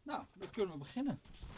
Nou, dan kunnen we beginnen.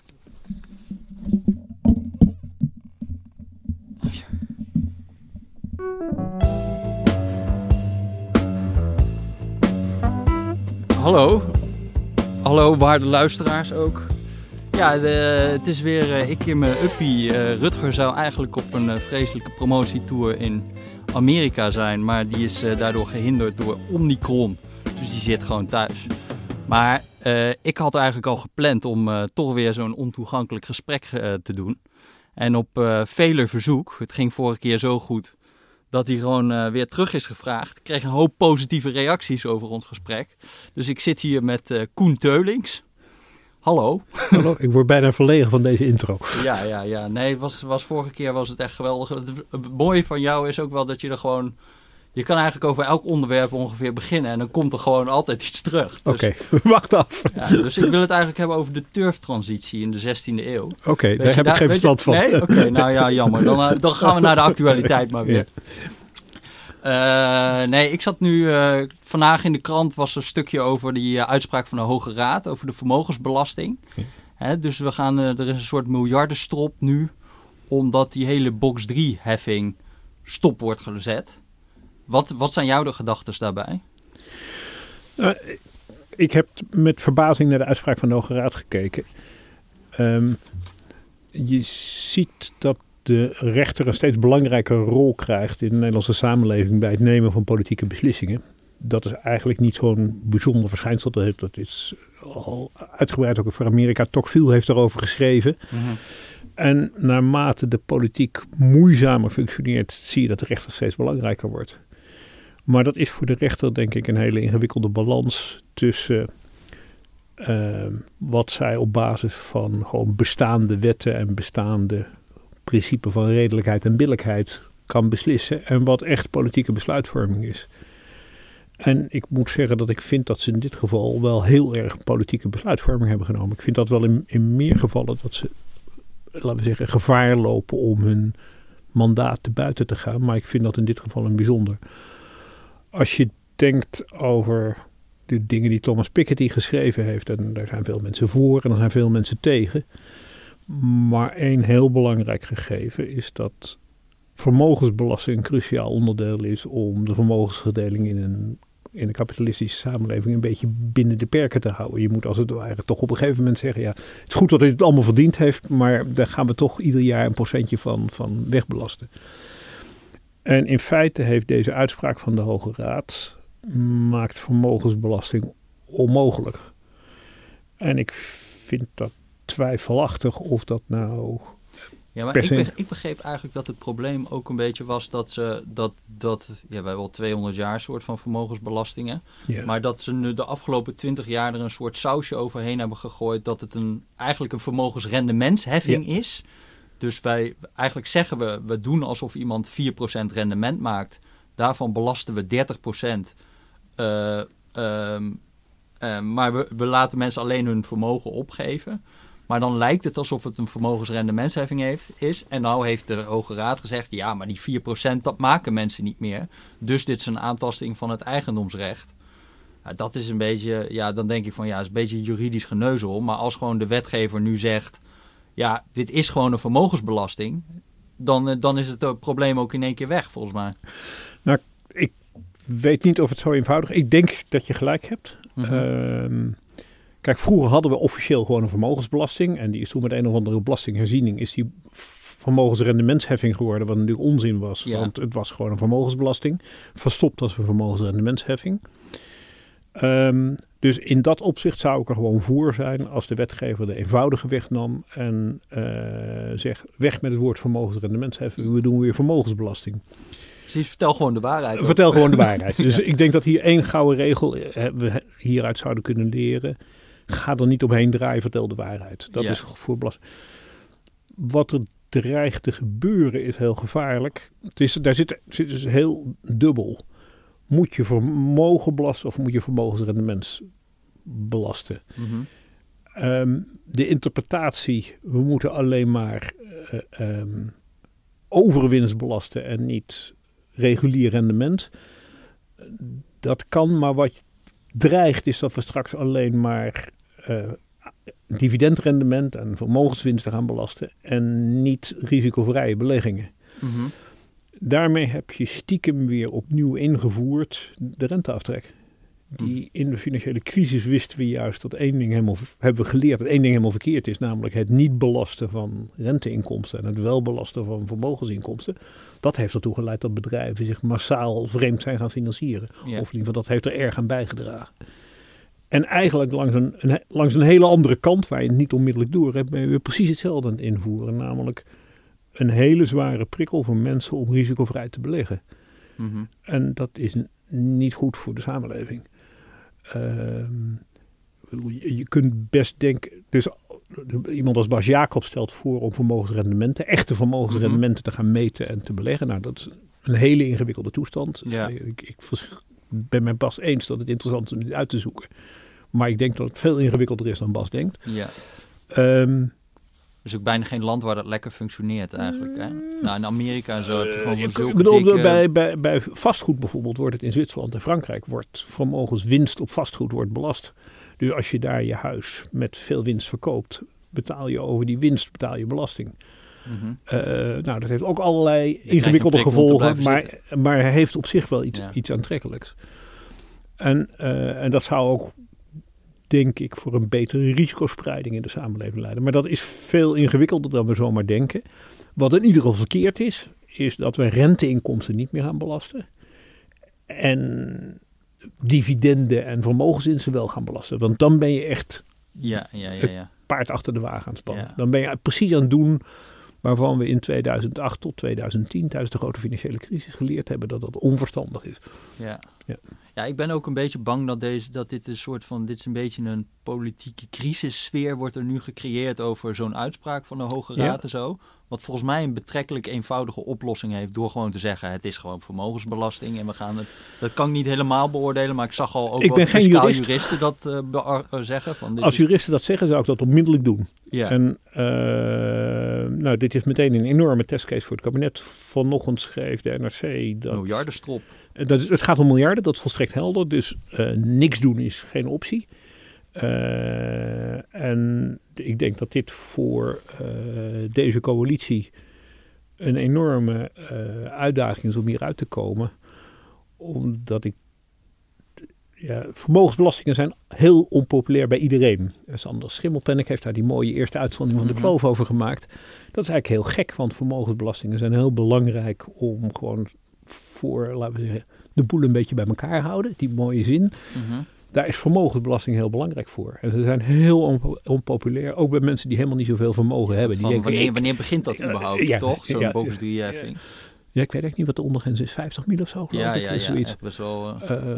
Hallo waarde luisteraars ook. Ja, het is weer ik in mijn uppie. Rutger zou eigenlijk op een vreselijke promotietour in Amerika zijn, maar die is daardoor gehinderd door Omicron. Dus die zit gewoon thuis. Maar ik had eigenlijk al gepland om toch weer zo'n ontoegankelijk gesprek te doen. En op veler verzoek, het ging vorige keer zo goed, dat hij gewoon weer terug is gevraagd. Ik kreeg een hoop positieve reacties over ons gesprek. Dus ik zit hier met Koen Teulings. Hallo. Hallo, ik word bijna verlegen van deze intro. Ja. Nee, vorige keer was het echt geweldig. Het mooie van jou is ook wel dat je er gewoon... Je kan eigenlijk over elk onderwerp ongeveer beginnen en dan komt er gewoon altijd iets terug. Dus, Oké, wacht af. Ja, dus ik wil het eigenlijk hebben over de turftransitie in de 16e eeuw. Oké, daar heb ik geen verstand van. Nee? Oké, nou ja, jammer. Dan gaan we naar de actualiteit maar weer. Ja. Nee, ik zat nu... vandaag in de krant was een stukje over die uitspraak van de Hoge Raad over de vermogensbelasting. Ja. Dus we gaan... er is een soort miljardenstrop nu, omdat die hele box 3-heffing stop wordt gezet. Wat zijn jouw gedachten daarbij? Ik heb met verbazing naar de uitspraak van de Hoge Raad gekeken. Je ziet dat de rechter een steeds belangrijke rol krijgt in de Nederlandse samenleving bij het nemen van politieke beslissingen. Dat is eigenlijk niet zo'n bijzonder verschijnsel. Dat is al uitgebreid ook voor Amerika. Tocqueville heeft daarover geschreven. Mm-hmm. En naarmate de politiek moeizamer functioneert, zie je dat de rechter steeds belangrijker wordt. Maar dat is voor de rechter denk ik een hele ingewikkelde balans tussen wat zij op basis van gewoon bestaande wetten en bestaande principes van redelijkheid en billijkheid kan beslissen en wat echt politieke besluitvorming is. En ik moet zeggen dat ik vind dat ze in dit geval wel heel erg politieke besluitvorming hebben genomen. Ik vind dat wel in meer gevallen dat ze, laten we zeggen, gevaar lopen om hun mandaat te buiten te gaan. Maar ik vind dat in dit geval een bijzonder. Als je denkt over de dingen die Thomas Piketty geschreven heeft, en daar zijn veel mensen voor en er zijn veel mensen tegen. Maar één heel belangrijk gegeven is dat vermogensbelasting een cruciaal onderdeel is om de vermogensverdeling in een kapitalistische samenleving een beetje binnen de perken te houden. Je moet als het eigenlijk toch op een gegeven moment zeggen, ja, het is goed dat hij het allemaal verdiend heeft, maar daar gaan we toch ieder jaar een procentje van wegbelasten. En in feite heeft deze uitspraak van de Hoge Raad maakt vermogensbelasting onmogelijk. En ik vind dat twijfelachtig of dat nou... Ja, maar ik begreep eigenlijk dat het probleem ook een beetje was dat ze... we hebben al 200 jaar soort van vermogensbelastingen. Ja. Maar dat ze nu de afgelopen 20 jaar er een soort sausje overheen hebben gegooid dat het eigenlijk een vermogensrendementsheffing is. Dus wij eigenlijk zeggen we doen alsof iemand 4% rendement maakt. Daarvan belasten we 30%. Maar we laten mensen alleen hun vermogen opgeven. Maar dan lijkt het alsof het een vermogensrendementsheffing is. En nou heeft de Hoge Raad gezegd, ja, maar die 4% dat maken mensen niet meer. Dus dit is een aantasting van het eigendomsrecht. Nou, dat is een beetje, ja, dan denk ik van, ja, het is een beetje juridisch geneuzel. Maar als gewoon de wetgever nu zegt, ja, dit is gewoon een vermogensbelasting, dan is het probleem ook in één keer weg, volgens mij. Nou, ik weet niet of het zo eenvoudig is. Ik denk dat je gelijk hebt. Mm-hmm. Kijk, vroeger hadden we officieel gewoon een vermogensbelasting. En die is toen met een of andere belastingherziening is die vermogensrendementsheffing geworden. Wat natuurlijk onzin was. Ja. Want het was gewoon een vermogensbelasting. Verstopt als een vermogensrendementsheffing. Dus in dat opzicht zou ik er gewoon voor zijn als de wetgever de eenvoudige weg nam. En zegt, weg met het woord vermogensrendementsheffing. We doen weer vermogensbelasting. Precies, vertel gewoon de waarheid. Vertel gewoon de waarheid. Dus ik denk dat hier één gouden regel we hieruit zouden kunnen leren. Ga er niet omheen draaien, vertel de waarheid. Dat is voor belasting. Wat er dreigt te gebeuren is heel gevaarlijk. Daar zit dus heel dubbel. Moet je vermogen belasten of moet je vermogensrendement belasten? Mm-hmm. De interpretatie, we moeten alleen maar overwinst belasten en niet regulier rendement. Dat kan, maar wat dreigt is dat we straks alleen maar dividendrendement en vermogenswinsten gaan belasten en niet risicovrije beleggingen. Mhm. Daarmee heb je stiekem weer opnieuw ingevoerd de renteaftrek. Die in de financiële crisis wisten we juist dat hebben we geleerd dat één ding helemaal verkeerd is. Namelijk het niet belasten van renteinkomsten en het wel belasten van vermogensinkomsten. Dat heeft ertoe geleid dat bedrijven zich massaal vreemd zijn gaan financieren. Ja. Of in ieder geval dat heeft er erg aan bijgedragen. En eigenlijk langs een hele andere kant waar je het niet onmiddellijk door hebt, ben je weer precies hetzelfde aan het invoeren. Namelijk een hele zware prikkel voor mensen om risicovrij te beleggen. Mhm. En dat is niet goed voor de samenleving. Je kunt best denken, dus iemand als Bas Jacob stelt voor om vermogensrendementen, echte vermogensrendementen te gaan meten en te beleggen. Nou, dat is een hele ingewikkelde toestand. Ja. Ik ben met Bas eens dat het interessant is om dit uit te zoeken. Maar ik denk dat het veel ingewikkelder is dan Bas denkt. Ja. Ehm, Er is ook bijna geen land waar dat lekker functioneert eigenlijk. Hè? Nou, in Amerika en zo heb je gewoon ik zulke bedoel, dikke... bij vastgoed bijvoorbeeld wordt het in Zwitserland en Frankrijk vermogenswinst op vastgoed wordt belast. Dus als je daar je huis met veel winst verkoopt, betaal je over die winst belasting. Mhm. Nou, dat heeft ook allerlei krijg je ingewikkelde een prikkel om te gevolgen, blijven maar hij heeft op zich wel Ja. iets aantrekkelijks. En dat zou ook, denk ik, voor een betere risicospreiding in de samenleving leiden. Maar dat is veel ingewikkelder dan we zomaar denken. Wat in ieder geval verkeerd is dat we renteinkomsten niet meer gaan belasten. En dividenden en vermogenswinsten wel gaan belasten. Want dan ben je echt Ja. paard achter de wagen aan het spannen. Ja. Dan ben je precies aan het doen waarvan we in 2008 tot 2010 tijdens de grote financiële crisis geleerd hebben dat dat onverstandig is. Ja. Ja. Ja, ik ben ook een beetje bang dat dit is een beetje een politieke crisissfeer wordt er nu gecreëerd over zo'n uitspraak van de Hoge Raad en zo. Wat volgens mij een betrekkelijk eenvoudige oplossing heeft door gewoon te zeggen het is gewoon vermogensbelasting en we gaan het. Dat kan ik niet helemaal beoordelen, maar ik zag al ook Ik wat ben geen fiscaal jurist. juristen dat zeggen. Van, Als juristen dat zeggen, zou ik dat onmiddellijk doen. Ja. En nou, dit is meteen een enorme testcase voor het kabinet. Vanochtend schreef de NRC dat... Miljardenstrop. Het gaat om miljarden, dat is volstrekt helder. Dus niks doen is geen optie. En ik denk dat dit voor deze coalitie een enorme uitdaging is om hieruit te komen. Omdat vermogensbelastingen zijn heel onpopulair bij iedereen. Sander Schimmelpenninck heeft daar die mooie eerste uitzondering van de kloof over gemaakt. Dat is eigenlijk heel gek, want vermogensbelastingen zijn heel belangrijk om gewoon voor, laten we zeggen, de boel een beetje bij elkaar houden. Die mooie zin. Mm-hmm. Daar is vermogensbelasting heel belangrijk voor. En ze zijn heel onpopulair, ook bij mensen die helemaal niet zoveel vermogen hebben. Die denken, wanneer begint dat überhaupt, toch? Zo'n bogus 3-heffing. Ja, ik weet echt niet wat de ondergrens is. 50 mil of zo, geloof ik. Zoiets. Echt best wel...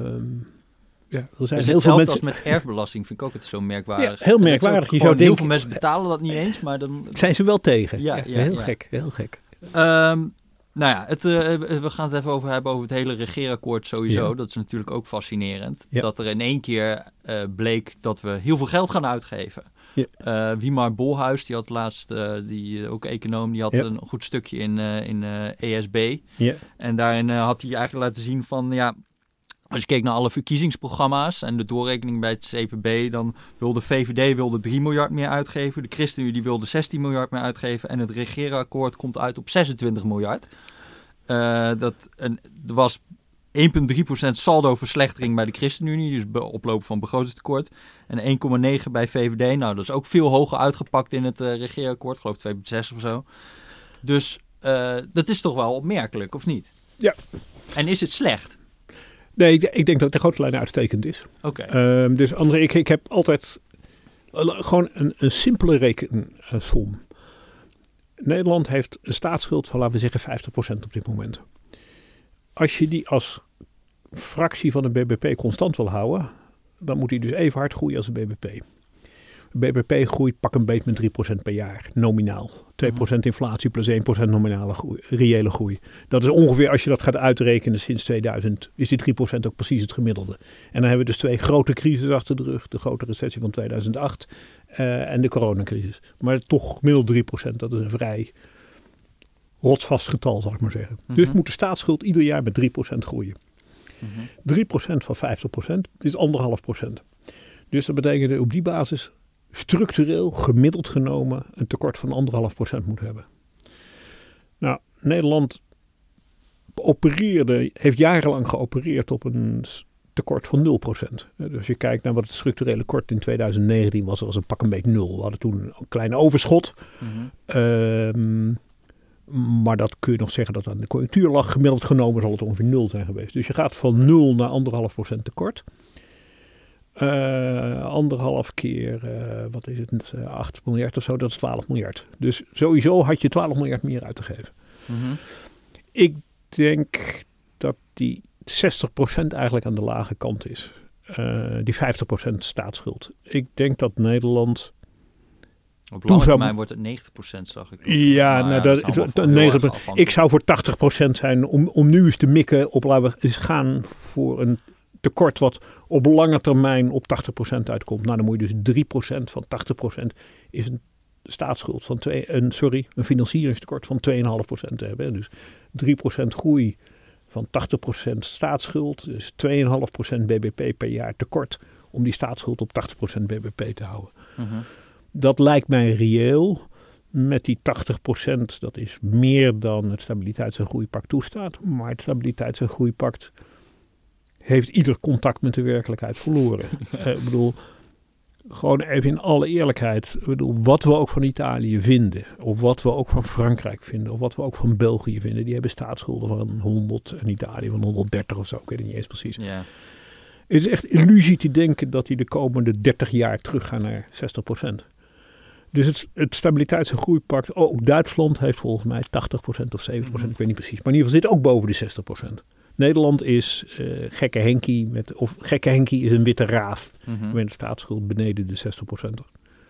Er zijn dus heel veel mensen... als met erfbelasting vind ik ook het zo merkwaardig. Ja, heel merkwaardig. Je zou denken, heel veel mensen betalen dat niet eens, maar dan... Zijn ze wel tegen. Heel gek, heel gek. Nou ja, we gaan het even over het hele regeerakkoord sowieso. Ja. Dat is natuurlijk ook fascinerend. Ja. Dat er in één keer bleek dat we heel veel geld gaan uitgeven. Ja. Wiemar Bolhuis, die had laatst, ook econoom, die had een goed stukje in ESB. Ja. En daarin had hij eigenlijk laten zien van... ja. Als je keek naar alle verkiezingsprogramma's en de doorrekening bij het CPB, dan wilde VVD 3 miljard meer uitgeven. De ChristenUnie wilde 16 miljard meer uitgeven. En het regeerakkoord komt uit op 26 miljard. Er was 1,3% saldo-verslechtering bij de ChristenUnie, dus oplopen van begrotingstekort. En 1,9% bij VVD. Nou, dat is ook veel hoger uitgepakt in het regeerakkoord. Ik geloof 2,6 of zo. Dus dat is toch wel opmerkelijk, of niet? Ja. En is het slecht? Nee, ik denk dat het de grote lijn uitstekend is. Okay. Dus André, ik heb altijd gewoon een simpele rekensom. Nederland heeft een staatsschuld van, laten we zeggen, 50% op dit moment. Als je die als fractie van de BBP constant wil houden, dan moet die dus even hard groeien als de BBP. De BBP groeit pak een beet met 3% per jaar, nominaal. 2% inflatie plus 1% nominale groei, reële groei. Dat is ongeveer, als je dat gaat uitrekenen sinds 2000, is die 3% ook precies het gemiddelde. En dan hebben we dus 2 grote crises achter de rug. De grote recessie van 2008 en de coronacrisis. Maar toch gemiddeld 3%, dat is een vrij rotsvast getal, zal ik maar zeggen. Mm-hmm. Dus moet de staatsschuld ieder jaar met 3% groeien. Mm-hmm. 3% van 50% is 1,5%. Dus dat betekent op die basis structureel, gemiddeld genomen, een tekort van 1,5% moet hebben. Nou, Nederland heeft jarenlang geopereerd op een tekort van 0%. Dus als je kijkt naar wat het structurele tekort in 2019 was, was een pak een beetje 0. We hadden toen een klein overschot. Maar dat kun je nog zeggen dat aan de conjunctuur lag. Gemiddeld genomen zal het ongeveer 0 zijn geweest. Dus je gaat van 0 naar 1,5% tekort. 1,5 keer, wat is het, 8 miljard of zo, dat is 12 miljard. Dus sowieso had je 12 miljard meer uit te geven. Ik denk dat die 60% eigenlijk aan de lage kant is. Die 50% staatsschuld. Ik denk dat Nederland... Op lange termijn wordt het 90%, zag ik. Ja, nou, ik zou voor 80% zijn om nu eens te mikken op, laten we eens gaan voor een tekort wat op lange termijn op 80% uitkomt. Nou, dan moet je dus 3% van 80% is een staatsschuld van een financieringstekort van 2,5% hebben. Dus 3% groei van 80% staatsschuld, dus 2,5% BBP per jaar tekort om die staatsschuld op 80% BBP te houden. Dat lijkt mij reëel. Met die 80%, dat is meer dan het Stabiliteits- en Groeipact toestaat. Maar het Stabiliteits- en Groeipact heeft ieder contact met de werkelijkheid verloren. Ik bedoel, gewoon even in alle eerlijkheid. Ik bedoel, wat we ook van Italië vinden, of wat we ook van Frankrijk vinden, of wat we ook van België vinden, die hebben staatsschulden van 100 en Italië van 130 of zo. Ik weet het niet eens precies. Ja. Het is echt illusie te denken dat die de komende 30 jaar teruggaan naar 60%. Dus het Stabiliteits- en Groeipact, ook Duitsland heeft volgens mij 80% of 70%, ik weet niet precies. Maar in ieder geval zit ook boven de 60%. Nederland is gekke Henkie is een witte raaf met een staatsschuld beneden de 60%.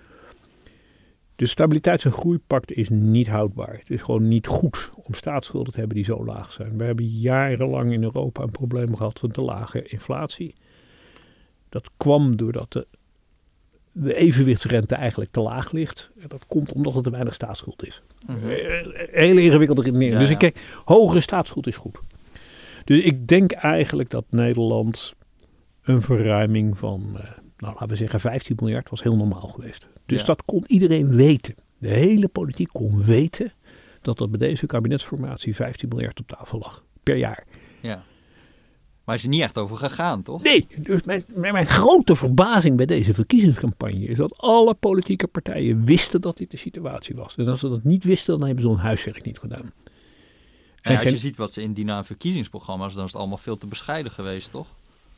Dus Stabiliteits- en Groeipact is niet houdbaar. Het is gewoon niet goed om staatsschulden te hebben die zo laag zijn. We hebben jarenlang in Europa een probleem gehad van te lage inflatie. Dat kwam doordat de evenwichtsrente eigenlijk te laag ligt. En dat komt omdat er te weinig staatsschuld is. Hele ingewikkelde redenering. Ja, dus ik kijk, hogere staatsschuld is goed. Dus ik denk eigenlijk dat Nederland een verruiming van, laten we zeggen 15 miljard was heel normaal geweest. Dus dat kon iedereen weten. De hele politiek kon weten dat er bij deze kabinetsformatie 15 miljard op tafel lag. Per jaar. Ja. Maar is er niet echt over gegaan, toch? Nee, dus mijn grote verbazing bij deze verkiezingscampagne is dat alle politieke partijen wisten dat dit de situatie was. En als ze dat niet wisten, dan hebben ze hun huiswerk niet gedaan. En als je ziet wat ze indienen aan verkiezingsprogramma's, dan is het allemaal veel te bescheiden geweest, toch?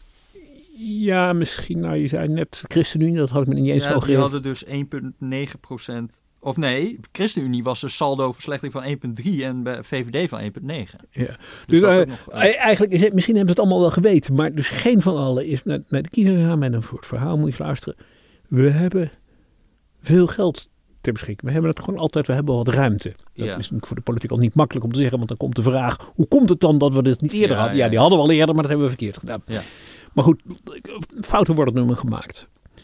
Ja, misschien, nou je zei net ChristenUnie, dat had ik me niet eens zo gegeven. Die hadden dus 1,9%. Of nee, ChristenUnie was een saldo-verslechting van 1,3 en bij VVD van 1,9. Ja. Dus eigenlijk is het, misschien hebben ze het allemaal wel geweten, maar dus geen van allen is naar de kiezer gegaan met een soort verhaal. Moet je luisteren. We hebben veel geld ter beschikking. We hebben het gewoon altijd, we hebben wat ruimte. Dat is voor de politiek al niet makkelijk om te zeggen, want dan komt de vraag, hoe komt het dan dat we dit niet eerder hadden? Ja, die hadden we al eerder, maar dat hebben we verkeerd gedaan. Ja. Maar goed, fouten worden nu maar gemaakt.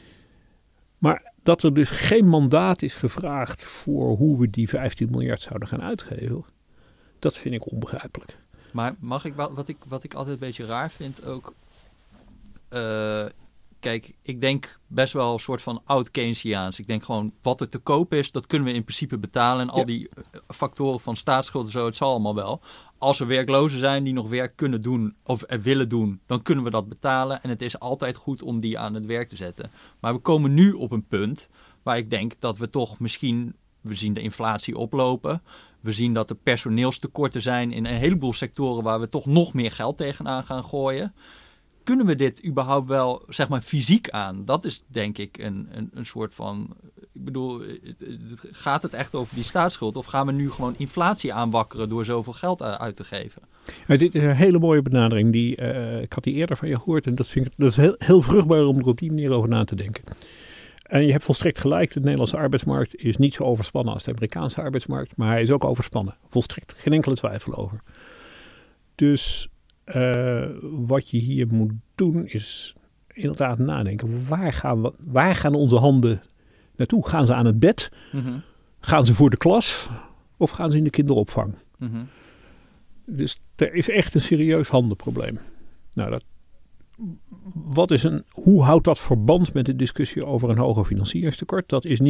Maar dat er dus geen mandaat is gevraagd voor hoe we die 15 miljard zouden gaan uitgeven, dat vind ik onbegrijpelijk. Maar mag ik wat ik altijd een beetje raar vind ook. Kijk, ik denk best wel een soort van oud Keynesiaans. Ik denk gewoon wat er te koop is, dat kunnen we in principe betalen. En al die factoren van staatsschuld en zo, het zal allemaal wel. Als er werklozen zijn die nog werk kunnen doen of willen doen, dan kunnen we dat betalen. En het is altijd goed om die aan het werk te zetten. Maar we komen nu op een punt waar ik denk dat we toch misschien, we zien de inflatie oplopen. We zien dat er personeelstekorten zijn in een heleboel sectoren waar we toch nog meer geld tegenaan gaan gooien. Kunnen we dit überhaupt wel, zeg maar, fysiek aan? Dat is denk ik een soort van, ik bedoel, gaat het echt over die staatsschuld? Of gaan we nu gewoon inflatie aanwakkeren door zoveel geld uit te geven? Ja, dit is een hele mooie benadering. Ik had die eerder van je gehoord en dat is heel vruchtbaar om er op die manier over na te denken. En je hebt volstrekt gelijk, de Nederlandse arbeidsmarkt is niet zo overspannen als de Amerikaanse arbeidsmarkt, maar hij is ook overspannen. Volstrekt, geen enkele twijfel over. Dus wat je hier moet doen is inderdaad nadenken. Waar gaan onze handen naartoe? Gaan ze aan het bed? Mm-hmm. Gaan ze voor de klas? Of gaan ze in de kinderopvang? Mm-hmm. Dus er is echt een serieus handenprobleem. Nou, hoe houdt dat verband met de discussie over een hoger financieringstekort?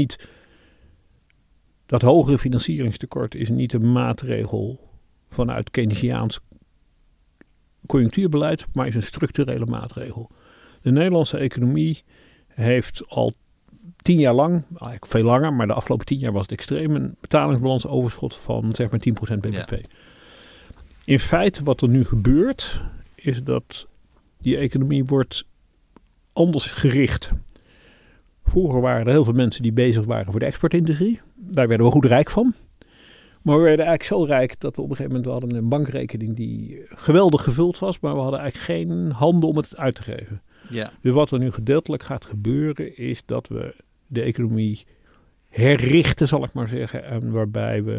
Dat hogere financieringstekort is niet een maatregel vanuit Keynesiaans conjunctuurbeleid, maar is een structurele maatregel. De Nederlandse economie heeft al 10 jaar lang, eigenlijk veel langer, maar de afgelopen 10 jaar was het extreem, een betalingsbalansoverschot van zeg maar 10% bbp. Ja. In feite wat er nu gebeurt, is dat die economie wordt anders gericht. Vroeger waren er heel veel mensen die bezig waren voor de exportindustrie. Daar werden we goed rijk van. Maar we werden eigenlijk zo rijk dat we op een gegeven moment hadden een bankrekening die geweldig gevuld was, maar we hadden eigenlijk geen handen om het uit te geven. Ja. Dus wat er nu gedeeltelijk gaat gebeuren is dat we de economie herrichten, zal ik maar zeggen. En waarbij we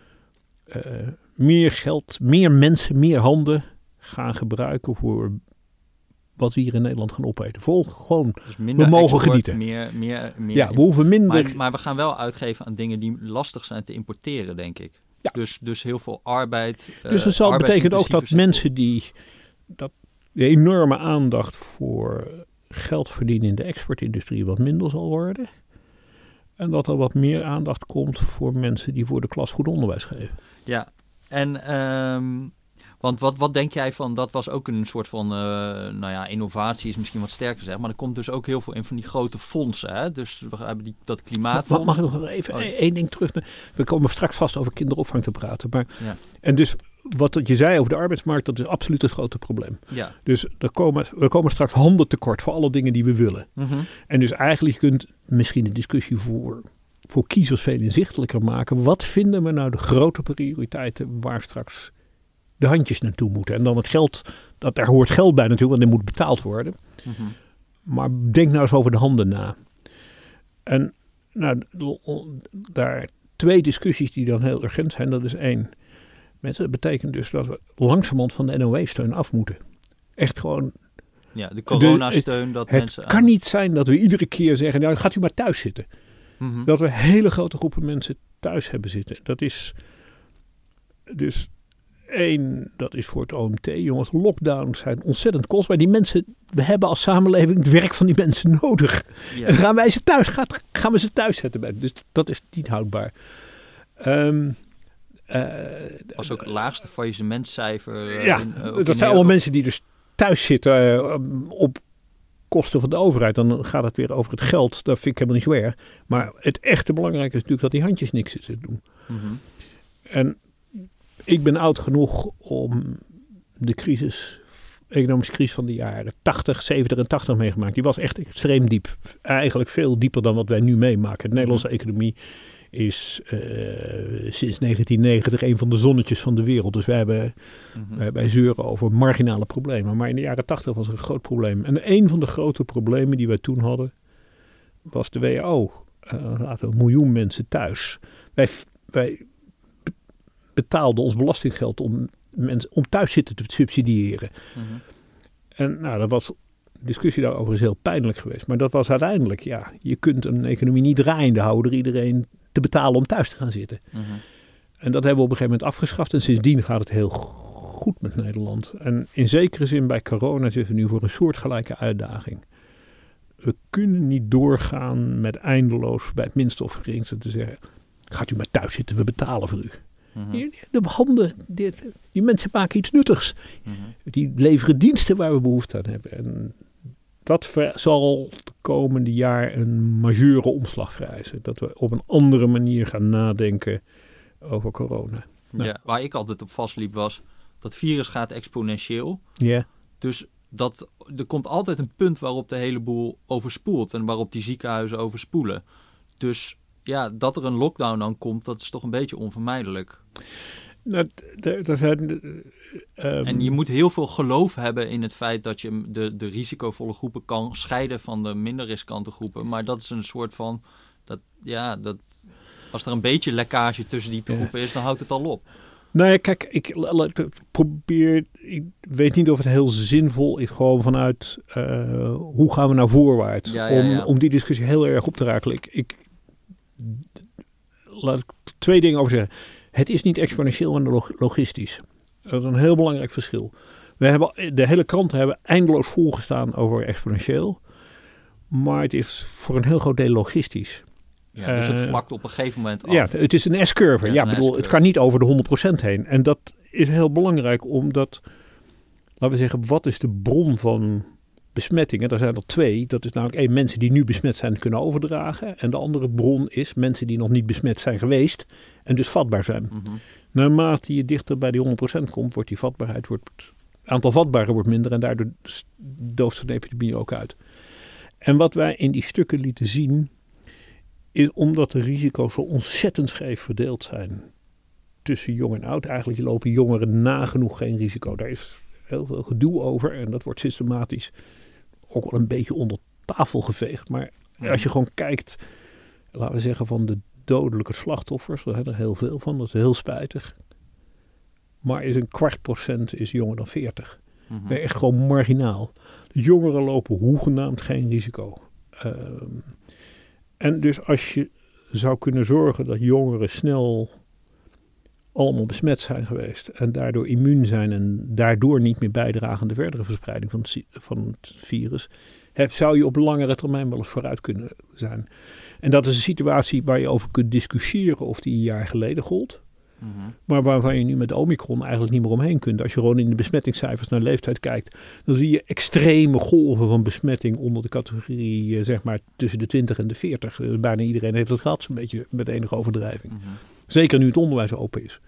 meer geld, meer mensen, meer handen gaan gebruiken voor wat we hier in Nederland gaan opeten. Gewoon, dus we mogen export, genieten. Meer, ja, we hoeven minder. Maar we gaan wel uitgeven aan dingen die lastig zijn te importeren, denk ik. Ja. Dus heel veel arbeid. Dus dat betekent ook dat mensen die de enorme aandacht voor geld verdienen in de exportindustrie wat minder zal worden. En dat er wat meer aandacht komt voor mensen die voor de klas goed onderwijs geven. Ja, en want wat denk jij van, dat was ook een soort van, innovatie is misschien wat sterker gezegd, maar er komt dus ook heel veel in van die grote fondsen. Hè? Dus we hebben dat klimaatfonds. Mag ik nog even één ding terug? We komen straks vast over kinderopvang te praten. Maar, ja. En dus wat je zei over de arbeidsmarkt, dat is absoluut het grote probleem. Ja. Dus we komen straks handen tekort voor alle dingen die we willen. Mm-hmm. En dus eigenlijk je kunt misschien de discussie voor kiezers veel inzichtelijker maken. Wat vinden we nou de grote prioriteiten waar straks de handjes naartoe moeten? En dan het geld, daar hoort geld bij natuurlijk, want er moet betaald worden. Mm-hmm. Maar denk nou eens over de handen na. En nou, daar 2 discussies die dan heel urgent zijn. Dat is 1. Mensen, dat betekent dus dat we langzamerhand van de NOW-steun af moeten. Echt gewoon. Ja, de coronasteun. Het kan niet zijn dat we iedere keer zeggen, nou gaat u maar thuis zitten. Mm-hmm. Dat we hele grote groepen mensen thuis hebben zitten. Dat is dus 1, dat is voor het OMT. Jongens, lockdowns zijn ontzettend kostbaar. Die mensen, we hebben als samenleving het werk van die mensen nodig. Ja. En gaan we ze thuis zetten. Dus dat is niet houdbaar. Was ook het laagste faillissementcijfer. Dat zijn allemaal mensen die dus thuis zitten op kosten van de overheid. Dan gaat het weer over het geld. Dat vind ik helemaal niet zo erg. Maar het echte belangrijke is natuurlijk dat die handjes niks zitten doen. Mm-hmm. En ik ben oud genoeg om de economische crisis van de jaren 80, 70 en 80 meegemaakt. Die was echt extreem diep. Eigenlijk veel dieper dan wat wij nu meemaken. De Nederlandse economie is sinds 1990 een van de zonnetjes van de wereld. Dus wij zeuren over marginale problemen. Maar in de jaren 80 was er een groot probleem. En een van de grote problemen die wij toen hadden, was de WHO. Laten 1 miljoen mensen thuis. Wij betaalden ons belastinggeld om thuis zitten te subsidiëren. Mm-hmm. En nou, dat was, de discussie daarover is heel pijnlijk geweest. Maar dat was uiteindelijk, je kunt een economie niet draaiende houden door iedereen te betalen om thuis te gaan zitten. Mm-hmm. En dat hebben we op een gegeven moment afgeschaft. En sindsdien gaat het heel goed met Nederland. En in zekere zin bij corona zitten we nu voor een soortgelijke uitdaging. We kunnen niet doorgaan met eindeloos bij het minste of geringste te zeggen, gaat u maar thuis zitten, we betalen voor u. Mm-hmm. De handen, die mensen maken iets nuttigs. Mm-hmm. Die leveren diensten waar we behoefte aan hebben. En dat zal de komende jaar een majeure omslag vereisen. Dat we op een andere manier gaan nadenken over corona. Ja, waar ik altijd op vastliep was, dat virus gaat exponentieel. Yeah. Dus er komt altijd een punt waarop de hele boel overspoelt. En waarop die ziekenhuizen overspoelen. Dus ja, dat er een lockdown dan komt, dat is toch een beetje onvermijdelijk. En je moet heel veel geloof hebben in het feit dat je de risicovolle groepen kan scheiden van de minder riskante groepen. Maar dat is een soort van, als er een beetje lekkage tussen die groepen is, dan houdt het al op. Nee, kijk, ik weet niet of het heel zinvol is, gewoon vanuit hoe gaan we nou voorwaarts. Om die discussie heel erg op te rakelen. Laat ik 2 dingen over zeggen. Het is niet exponentieel, maar logistisch. Dat is een heel belangrijk verschil. De hele kranten hebben eindeloos volgestaan over exponentieel. Maar het is voor een heel groot deel logistisch. Ja, dus het vlakt op een gegeven moment af. Ja, het is een S-curve. Ja, het kan niet over de 100% heen. En dat is heel belangrijk omdat, laten we zeggen, wat is de bron van besmettingen? Er zijn er 2. Dat is namelijk 1, mensen die nu besmet zijn kunnen overdragen. En de andere bron is mensen die nog niet besmet zijn geweest en dus vatbaar zijn. Mm-hmm. Naarmate je dichter bij die 100% komt, wordt die vatbaarheid, het aantal vatbaren wordt minder en daardoor dooft de epidemie ook uit. En wat wij in die stukken lieten zien, is omdat de risico's zo ontzettend scheef verdeeld zijn tussen jong en oud. Eigenlijk lopen jongeren nagenoeg geen risico. Daar is heel veel gedoe over en dat wordt systematisch ook wel een beetje onder tafel geveegd. Maar als je gewoon kijkt, laten we zeggen, van de dodelijke slachtoffers, er zijn er heel veel van, dat is heel spijtig. Maar is 0,25% is jonger dan 40. Mm-hmm. Echt gewoon marginaal. De jongeren lopen hoegenaamd geen risico. En dus als je zou kunnen zorgen dat jongeren snel allemaal besmet zijn geweest en daardoor immuun zijn en daardoor niet meer bijdragen aan de verdere verspreiding van het virus, zou je op langere termijn wel eens vooruit kunnen zijn. En dat is een situatie waar je over kunt discussiëren of die een jaar geleden gold. Mm-hmm. Maar waarvan je nu met Omicron eigenlijk niet meer omheen kunt. Als je gewoon in de besmettingscijfers naar leeftijd kijkt, dan zie je extreme golven van besmetting onder de categorie zeg maar tussen de 20 en de 40. Bijna iedereen heeft het gehad, zo'n beetje met enige overdrijving. Mm-hmm. Zeker nu het onderwijs open is.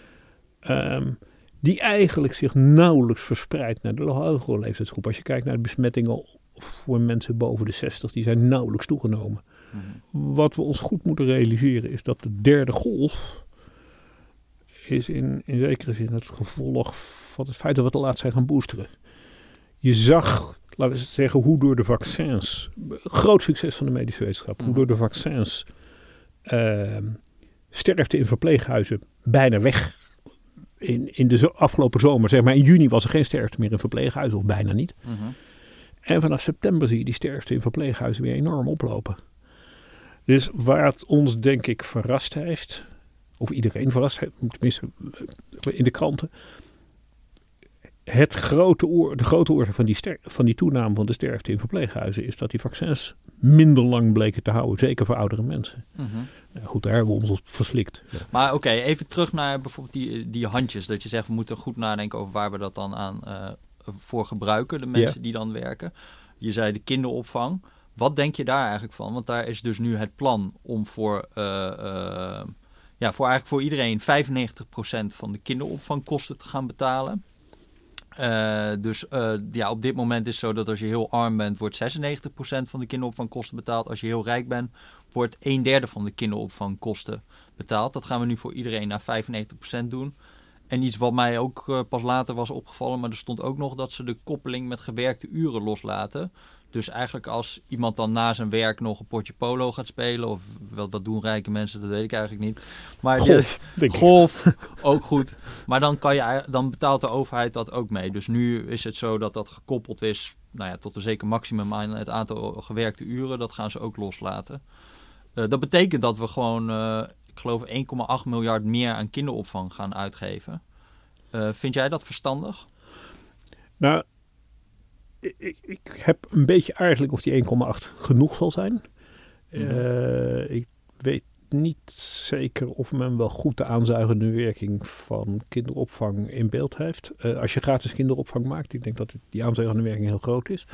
Die eigenlijk zich nauwelijks verspreidt naar de hogere leeftijdsgroep. Als je kijkt naar de besmettingen voor mensen boven de 60, die zijn nauwelijks toegenomen. Mm-hmm. Wat we ons goed moeten realiseren is dat de derde golf is in zekere zin het gevolg van het feit dat we te laat zijn gaan boosteren. Je zag, laten we zeggen, hoe door de vaccins, groot succes van de medische wetenschap, hoe door de vaccins sterfte in verpleeghuizen bijna weg. In de afgelopen zomer, zeg maar in juni was er geen sterfte meer in verpleeghuizen, of bijna niet. Mm-hmm. En vanaf september zie je die sterfte in verpleeghuizen weer enorm oplopen. Dus waar het ons denk ik verrast heeft, of iedereen verrast heeft, tenminste in de kranten, de grote oorzaak van die toename van de sterfte in verpleeghuizen is dat die vaccins minder lang bleken te houden, zeker voor oudere mensen. Mm-hmm. Nou goed, daar hebben we ons op verslikt. Ja. Maar oké, even terug naar bijvoorbeeld die handjes, dat je zegt we moeten goed nadenken over waar we dat dan aan voor gebruiken, de mensen die dan werken. Je zei de kinderopvang. Wat denk je daar eigenlijk van? Want daar is dus nu het plan om voor iedereen 95% van de kinderopvangkosten te gaan betalen. Op dit moment is het zo dat als je heel arm bent, wordt 96% van de kinderopvangkosten betaald. Als je heel rijk bent, wordt 1/3 van de kinderopvangkosten betaald. Dat gaan we nu voor iedereen naar 95% doen. En iets wat mij ook pas later was opgevallen, maar er stond ook nog dat ze de koppeling met gewerkte uren loslaten. Dus eigenlijk als iemand dan na zijn werk nog een potje polo gaat spelen, of wat doen rijke mensen, dat weet ik eigenlijk niet. Maar golf ook goed. Maar dan betaalt de overheid dat ook mee. Dus nu is het zo dat gekoppeld is tot een zeker maximum aan het aantal gewerkte uren. Dat gaan ze ook loslaten. Dat betekent dat we gewoon, ik geloof 1,8 miljard meer aan kinderopvang gaan uitgeven. Vind jij dat verstandig? Nou, ik heb een beetje aardig of die 1,8 genoeg zal zijn. Ik weet niet zeker of men wel goed de aanzuigende werking van kinderopvang in beeld heeft. Als je gratis kinderopvang maakt, ik denk dat die aanzuigende werking heel groot is.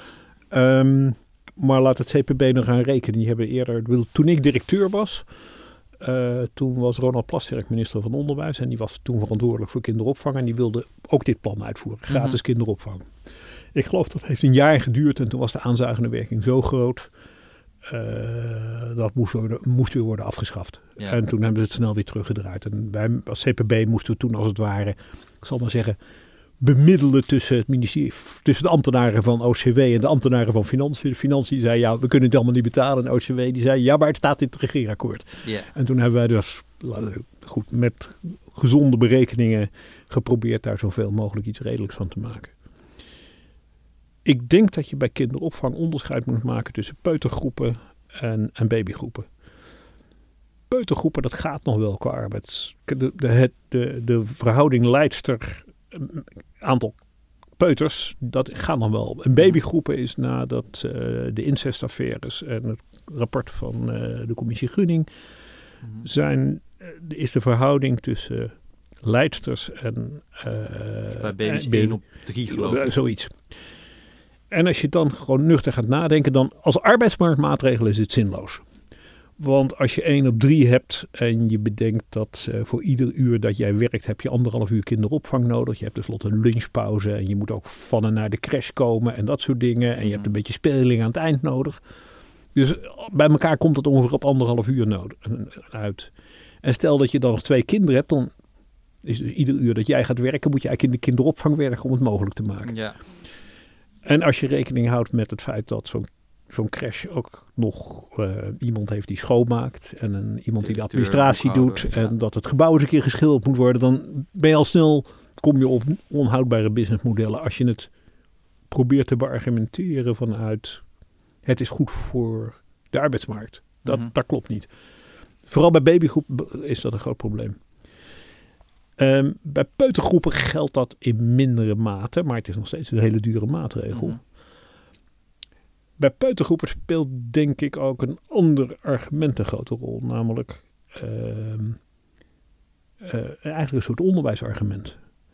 Maar laat het CPB nog gaan rekenen. Die hebben eerder, toen ik directeur was, toen was Ronald Plasterk minister van Onderwijs en die was toen verantwoordelijk voor kinderopvang en die wilde ook dit plan uitvoeren, gratis kinderopvang. Ik geloof dat heeft een jaar geduurd en toen was de aanzuigende werking zo groot dat moest weer worden afgeschaft. Ja. En toen hebben ze het snel weer teruggedraaid. En wij als CPB moesten we toen als het ware, ik zal maar zeggen, bemiddelen tussen het ministerie, tussen de ambtenaren van OCW en de ambtenaren van Financiën. De Financiën zei ja, we kunnen het allemaal niet betalen. En OCW die zei ja, maar het staat in het regeerakkoord. Yeah. En toen hebben wij dus goed met gezonde berekeningen geprobeerd daar zoveel mogelijk iets redelijks van te maken. Ik denk dat je bij kinderopvang onderscheid moet maken tussen peutergroepen en babygroepen. Peutergroepen, dat gaat nog wel qua arbeids. De verhouding leidster aantal peuters, dat gaat dan wel. En babygroepen is nadat de incestaffaires en het rapport van de commissie Gunning is de verhouding tussen leidsters en dus bij baby's 1 op 3 geloof ik. Zoiets. En als je dan gewoon nuchter gaat nadenken, dan als arbeidsmarktmaatregel is het zinloos. Want als je 1 op 3 hebt en je bedenkt dat voor ieder uur dat jij werkt heb je 1,5 uur kinderopvang nodig. Je hebt tenslotte een lunchpauze en je moet ook van en naar de crash komen en dat soort dingen. En je hebt een beetje speling aan het eind nodig. Dus bij elkaar komt het ongeveer op 1,5 uur uit. En stel dat je dan nog 2 kinderen hebt, dan is dus ieder uur dat jij gaat werken moet je eigenlijk in de kinderopvang werken om het mogelijk te maken. Ja. En als je rekening houdt met het feit dat zo'n crash ook nog iemand heeft die schoonmaakt en iemand die de administratie doet en dat het gebouw eens een keer geschilderd moet worden, dan ben je al snel, kom je op onhoudbare businessmodellen als je het probeert te beargumenteren vanuit het is goed voor de arbeidsmarkt. Dat klopt niet. Vooral bij babygroep is dat een groot probleem. Bij peutergroepen geldt dat in mindere mate, maar het is nog steeds een hele dure maatregel. Bij peutergroepen speelt denk ik ook een ander argument een grote rol, namelijk eigenlijk een soort onderwijsargument.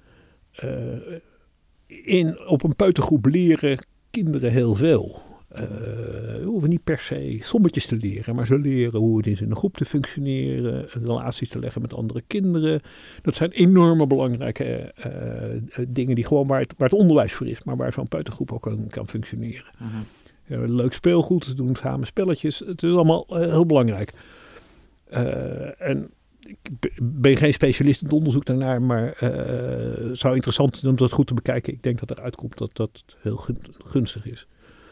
Op een peutergroep leren kinderen heel veel. We hoeven niet per se sommetjes te leren, maar ze leren hoe het is in een groep te functioneren, relaties te leggen met andere kinderen. Dat zijn enorme belangrijke dingen die gewoon waar het onderwijs voor is, maar waar zo'n peutergroep ook kan functioneren. Leuk speelgoed, doen samen spelletjes, het is allemaal heel belangrijk. En ik ben geen specialist in het onderzoek daarnaar, maar het zou interessant zijn om dat goed te bekijken. Ik denk dat eruit komt dat dat heel gunstig is.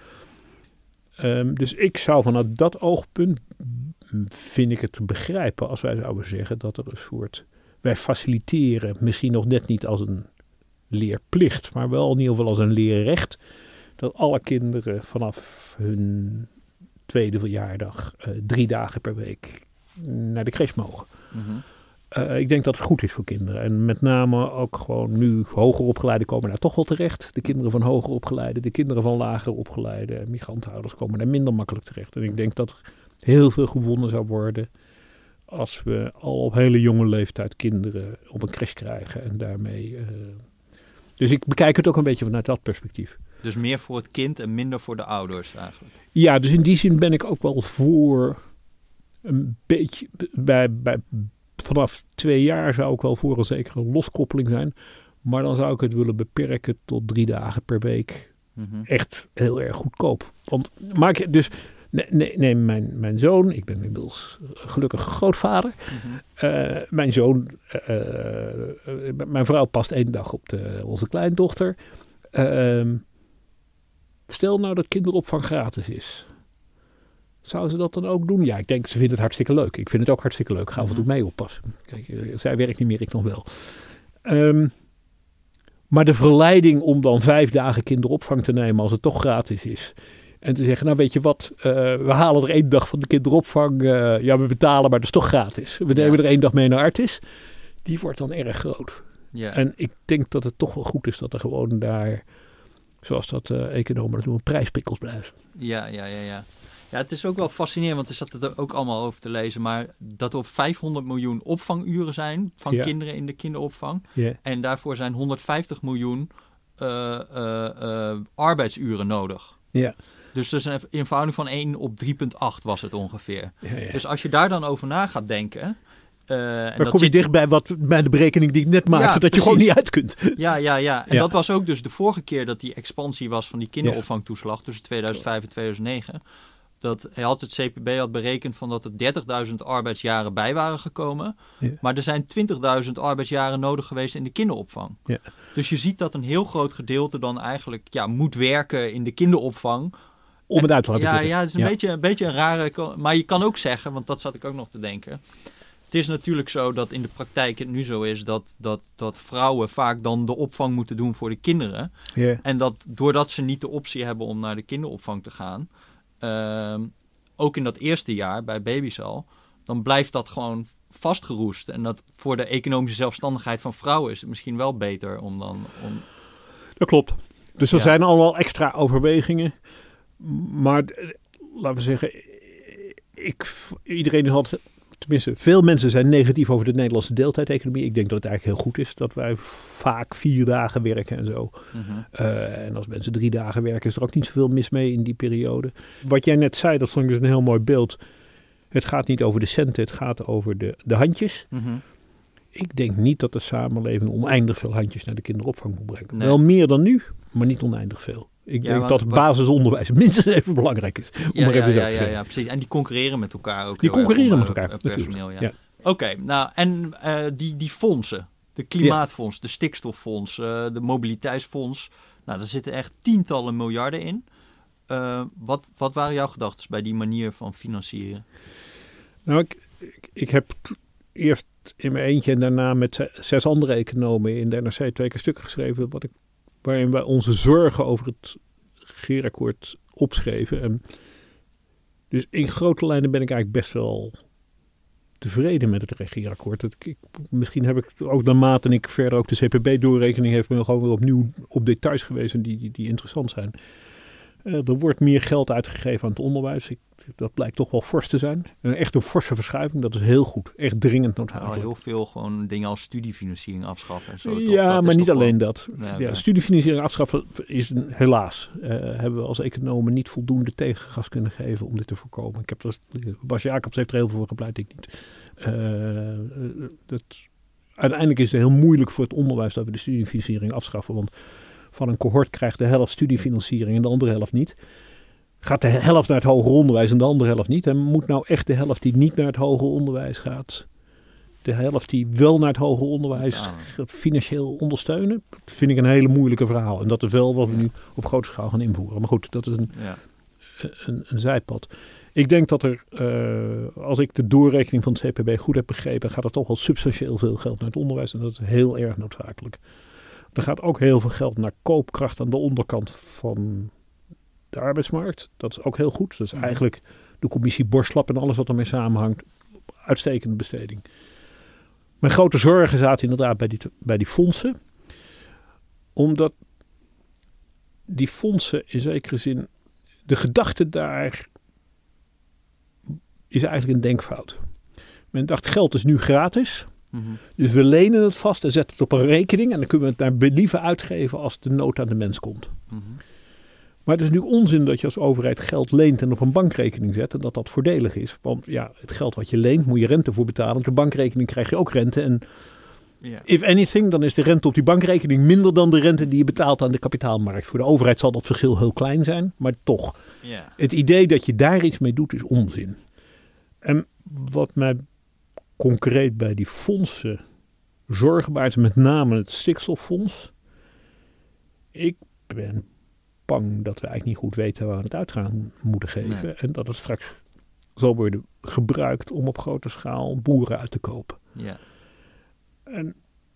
Dus ik zou vanuit dat oogpunt, vind ik het te begrijpen als wij zouden zeggen dat er een soort, wij faciliteren misschien nog net niet als een leerplicht, maar wel in ieder geval als een leerrecht, dat alle kinderen vanaf hun 2e verjaardag 3 dagen per week naar de crash mogen. Ik denk dat het goed is voor kinderen. En met name ook gewoon nu hoger opgeleiden komen daar toch wel terecht. De kinderen van hoger opgeleiden, de kinderen van lager opgeleide migrantouders komen daar minder makkelijk terecht. En ik denk dat er heel veel gewonnen zou worden als we al op hele jonge leeftijd kinderen op een crash krijgen. En daarmee... Dus ik bekijk het ook een beetje vanuit dat perspectief. Dus meer voor het kind en minder voor de ouders eigenlijk? Ja, dus in die zin ben ik ook wel voor een beetje... Vanaf 2 jaar zou ik wel voor een zekere loskoppeling zijn. Maar dan zou ik het willen beperken tot 3 dagen per week. Echt heel erg goedkoop. Want neem mijn zoon. Ik ben inmiddels gelukkig grootvader. Mijn zoon, mijn vrouw past 1 dag op onze kleindochter. Stel nou dat kinderopvang gratis is. Zou ze dat dan ook doen? Ja, ik denk, ze vinden het hartstikke leuk. Ik vind het ook hartstikke leuk. Ga af en toe mee oppassen. Kijk, zij werkt niet meer, ik nog wel. Maar de verleiding om dan 5 dagen kinderopvang te nemen als het toch gratis is. En te zeggen, nou weet je wat, we halen er 1 dag van de kinderopvang. Ja, we betalen, maar dat is toch gratis. We nemen er 1 dag mee naar Artis. Die wordt dan erg groot. Ja. En ik denk dat het toch wel goed is dat er gewoon daar, zoals dat economen dat noemen, prijspikkels blijven. Ja. Ja, het is ook wel fascinerend, want er zat er ook allemaal over te lezen. Maar dat er 500 miljoen opvanguren zijn van kinderen in de kinderopvang. Yeah. En daarvoor zijn 150 miljoen arbeidsuren nodig. Yeah. Dus dat is een verhouding van 1 op 3,8 was het ongeveer. Ja. Dus als je daar dan over na gaat denken... dan kom je dichtbij bij de berekening die ik net maakte, dat precies. Je gewoon niet uit kunt. Ja. En dat was ook dus de vorige keer dat die expansie was van die kinderopvangtoeslag tussen 2005 en 2009... Dat het CPB had berekend van dat er 30.000 arbeidsjaren bij waren gekomen. Ja. Maar er zijn 20.000 arbeidsjaren nodig geweest in de kinderopvang. Ja. Dus je ziet dat een heel groot gedeelte dan eigenlijk moet werken in de kinderopvang. Om het uit te laten drukken. Ja, het is een beetje een rare... Maar je kan ook zeggen, want dat zat ik ook nog te denken. Het is natuurlijk zo dat in de praktijk het nu zo is dat vrouwen vaak dan de opvang moeten doen voor de kinderen. Ja. En dat doordat ze niet de optie hebben om naar de kinderopvang te gaan... ook in dat eerste jaar bij baby's al, dan blijft dat gewoon vastgeroest. En dat voor de economische zelfstandigheid van vrouwen is het misschien wel beter om dan... Dat klopt. Dus er zijn allemaal extra overwegingen. Maar laten we zeggen, iedereen is altijd, tenminste veel mensen zijn negatief over de Nederlandse deeltijdeconomie. Ik denk dat het eigenlijk heel goed is dat wij vaak 4 dagen werken en zo. Mm-hmm. En als mensen 3 dagen werken is er ook niet zoveel mis mee in die periode. Wat jij net zei, dat vond ik dus een heel mooi beeld. Het gaat niet over de centen, het gaat over de handjes. Mm-hmm. Ik denk niet dat de samenleving oneindig veel handjes naar de kinderopvang moet brengen. Nee. Wel meer dan nu, maar niet oneindig veel. Ik denk dat het basisonderwijs minstens even belangrijk is. Ja, precies. En die concurreren met elkaar ook. Die concurreren met elkaar. Personeel, ja. Oké, nou en die fondsen. De klimaatfonds, de stikstoffonds, de mobiliteitsfonds. Nou, daar zitten echt tientallen miljarden in. Wat waren jouw gedachten bij die manier van financieren? Nou, ik heb eerst in mijn eentje en daarna met 6 andere economen in de NRC 2 keer stukken geschreven waarin wij onze zorgen over het regeerakkoord opschreven. En dus in grote lijnen ben ik eigenlijk best wel tevreden met het regeerakkoord. Misschien heb ik ook naarmate ik verder ook de CPB-doorrekening heeft me gewoon weer opnieuw op details gewezen die interessant zijn. Er wordt meer geld uitgegeven aan het onderwijs. Dat blijkt toch wel fors te zijn. Echt een forse verschuiving. Dat is heel goed. Echt dringend noodzakelijk. Heel veel gewoon dingen als studiefinanciering afschaffen. En zo, ja, maar niet alleen dat. Nee, okay. Studiefinanciering afschaffen is helaas. Hebben we als economen niet voldoende tegengas kunnen geven om dit te voorkomen. Bas Jacobs heeft er heel veel voor gepleit. Ik niet. Uiteindelijk is het heel moeilijk voor het onderwijs dat we de studiefinanciering afschaffen. Want van een cohort krijgt de helft studiefinanciering en de andere helft niet. Gaat de helft naar het hoger onderwijs en de andere helft niet. En moet nou echt de helft die niet naar het hoger onderwijs gaat, de helft die wel naar het hoger onderwijs financieel ondersteunen? Dat vind ik een hele moeilijke verhaal. En dat is wel wat we nu op grote schaal gaan invoeren. Maar goed, dat is een zijpad. Ik denk dat er, als ik de doorrekening van het CPB goed heb begrepen, gaat er toch wel substantieel veel geld naar het onderwijs. En dat is heel erg noodzakelijk. Er gaat ook heel veel geld naar koopkracht aan de onderkant van de arbeidsmarkt. Dat is ook heel goed. Dat is eigenlijk de commissie Borslap en alles wat ermee samenhangt. Uitstekende besteding. Mijn grote zorgen zaten inderdaad bij die fondsen. Omdat die fondsen in zekere zin, de gedachte daar is eigenlijk een denkfout. Men dacht geld is nu gratis. Mm-hmm. Dus we lenen het vast en zetten het op een rekening. En dan kunnen we het naar believen uitgeven als de nood aan de mens komt. Mm-hmm. Maar het is natuurlijk onzin dat je als overheid geld leent en op een bankrekening zet. En dat voordelig is. Want het geld wat je leent moet je rente voor betalen. Op de bankrekening krijg je ook rente. En if anything, dan is de rente op die bankrekening minder dan de rente die je betaalt aan de kapitaalmarkt. Voor de overheid zal dat verschil heel klein zijn. Maar toch, het idee dat je daar iets mee doet is onzin. En wat mij concreet bij die fondsen zorgen baart, met name het stikstoffonds. Ik ben bang dat we eigenlijk niet goed weten waar we het uit gaan moeten geven. Nee. En dat het straks zal worden gebruikt om op grote schaal boeren uit te kopen. Ja. En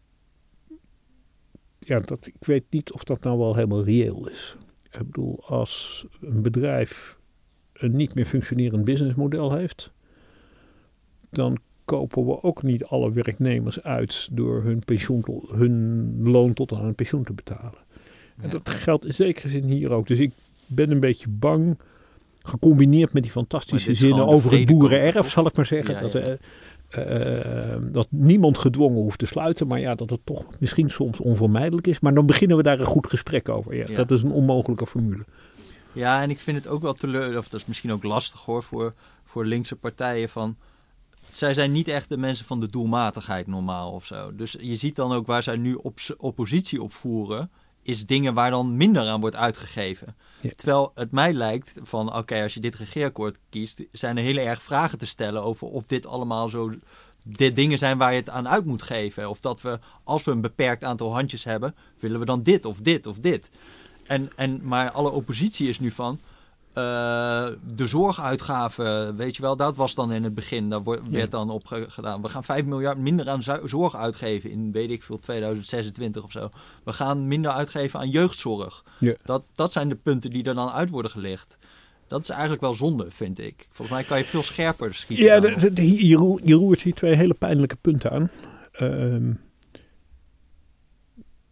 ik weet niet of dat nou wel helemaal reëel is. Ik bedoel, als een bedrijf een niet meer functionerend businessmodel heeft, dan kopen we ook niet alle werknemers uit door hun loon tot aan hun pensioen te betalen. Ja. En dat geldt in zekere zin hier ook. Dus ik ben een beetje bang, gecombineerd met die fantastische zinnen over het boerenerf, zal ik maar zeggen. Dat niemand gedwongen hoeft te sluiten, maar dat het toch misschien soms onvermijdelijk is. Maar dan beginnen we daar een goed gesprek over. Dat is een onmogelijke formule. Ja, en ik vind het ook wel of dat is misschien ook lastig hoor, voor linkse partijen van, zij zijn niet echt de mensen van de doelmatigheid normaal of zo. Dus je ziet dan ook waar zij nu oppositie op voeren, is dingen waar dan minder aan wordt uitgegeven. Ja. Terwijl het mij lijkt van, oké, als je dit regeerakkoord kiest, zijn er heel erg vragen te stellen over of dit allemaal zo de dingen zijn waar je het aan uit moet geven. Of dat we, als we een beperkt aantal handjes hebben, willen we dan dit of dit of dit. Maar alle oppositie is nu van, de zorguitgaven, weet je wel, dat was dan in het begin, daar werd dan op gedaan. We gaan 5 miljard minder aan zorg uitgeven in, weet ik veel, 2026 of zo. We gaan minder uitgeven aan jeugdzorg. Ja. Dat zijn de punten die er dan uit worden gelegd. Dat is eigenlijk wel zonde, vind ik. Volgens mij kan je veel scherper schieten. Ja, je roert hier 2 hele pijnlijke punten aan.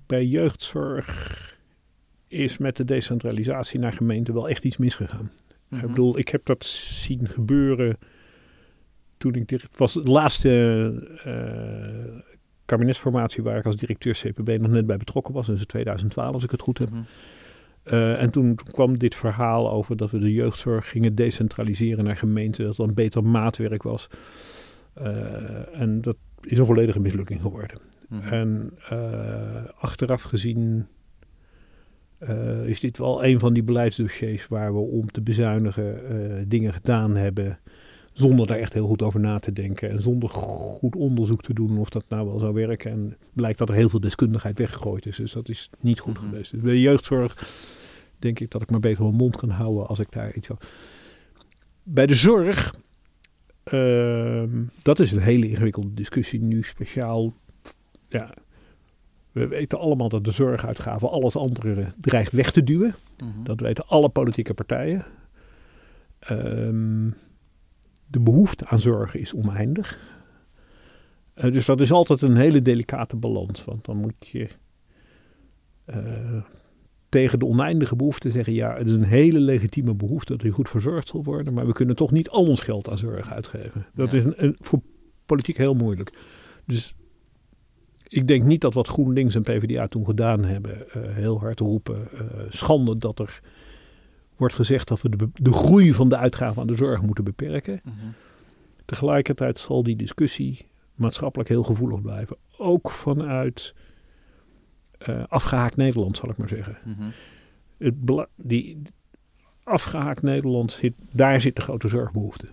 bij jeugdzorg is met de decentralisatie naar gemeenten wel echt iets misgegaan. Ik bedoel, ik heb dat zien gebeuren toen ik het was de laatste kabinetsformatie waar ik als directeur CPB nog net bij betrokken was. Dat is 2012 als ik het goed heb. En toen kwam dit verhaal over dat we de jeugdzorg gingen decentraliseren naar gemeenten. Dat dan beter maatwerk was. En dat is een volledige mislukking geworden. En achteraf gezien is dit wel een van die beleidsdossiers waar we om te bezuinigen dingen gedaan hebben. Zonder daar echt heel goed over na te denken. En zonder goed onderzoek te doen of dat nou wel zou werken. En blijkt dat er heel veel deskundigheid weggegooid is. Dus dat is niet goed geweest. Dus bij de jeugdzorg denk ik dat ik maar beter mijn mond kan houden als ik daar iets over. Bij de zorg, dat is een hele ingewikkelde discussie nu speciaal. Ja, we weten allemaal dat de zorguitgaven alles andere dreigt weg te duwen. Dat weten alle politieke partijen. De behoefte aan zorg is oneindig. Dus dat is altijd een hele delicate balans. Want dan moet je tegen de oneindige behoefte zeggen, ja, het is een hele legitieme behoefte dat u goed verzorgd zal worden, maar we kunnen toch niet al ons geld aan zorg uitgeven. Dat is voor politiek heel moeilijk. Dus ik denk niet dat wat GroenLinks en PvdA toen gedaan hebben, heel hard roepen, schande dat er wordt gezegd dat we de groei van de uitgaven aan de zorg moeten beperken. Tegelijkertijd zal die discussie maatschappelijk heel gevoelig blijven. Ook vanuit afgehaakt Nederland, zal ik maar zeggen. Die afgehaakt Nederland, daar zit de grote zorgbehoefte.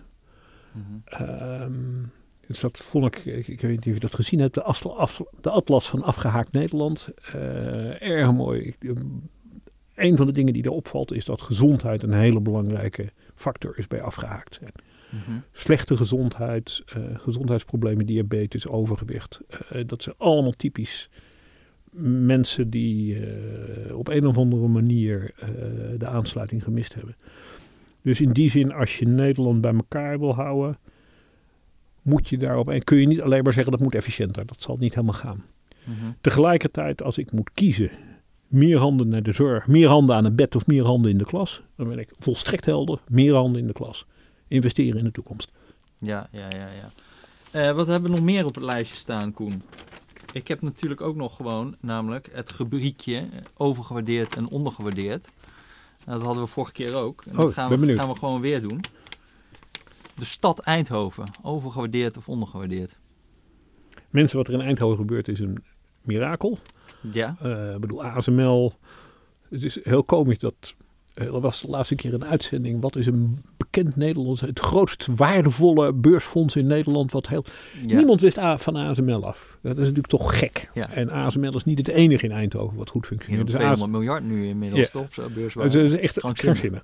Dus dat vond ik weet niet of je dat gezien hebt, de atlas van afgehaakt Nederland. Erg mooi. Een van de dingen die daar opvalt is dat gezondheid een hele belangrijke factor is bij afgehaakt zijn. Slechte gezondheid, gezondheidsproblemen, diabetes, overgewicht. Dat zijn allemaal typisch mensen die op een of andere manier de aansluiting gemist hebben. Dus in die zin, als je Nederland bij elkaar wil houden, moet je daarop. En kun je niet alleen maar zeggen dat moet efficiënter. Dat zal niet helemaal gaan. Tegelijkertijd, als ik moet kiezen, meer handen naar de zorg, meer handen aan het bed of meer handen in de klas, dan ben ik volstrekt helder. Meer handen in de klas. Investeren in de toekomst. Ja. Wat hebben we nog meer op het lijstje staan, Koen? Ik heb natuurlijk ook nog gewoon, namelijk het rubriekje overgewaardeerd en ondergewaardeerd. Dat hadden we vorige keer ook. En dat gaan we gewoon weer doen. De stad Eindhoven, overgewaardeerd of ondergewaardeerd? Mensen, wat er in Eindhoven gebeurt is een mirakel. Ja. Ik bedoel, ASML. Het is heel komisch dat. Er was de laatste keer een uitzending. Wat is een bekend Nederlands, het grootst waardevolle beursfonds in Nederland? Niemand wist van ASML af. Dat is natuurlijk toch gek. Ja. En ASML is niet het enige in Eindhoven wat goed functioneert. Dus 200 miljard nu inmiddels, toch? Zo beurswaarde. Het is echt krankzinnig.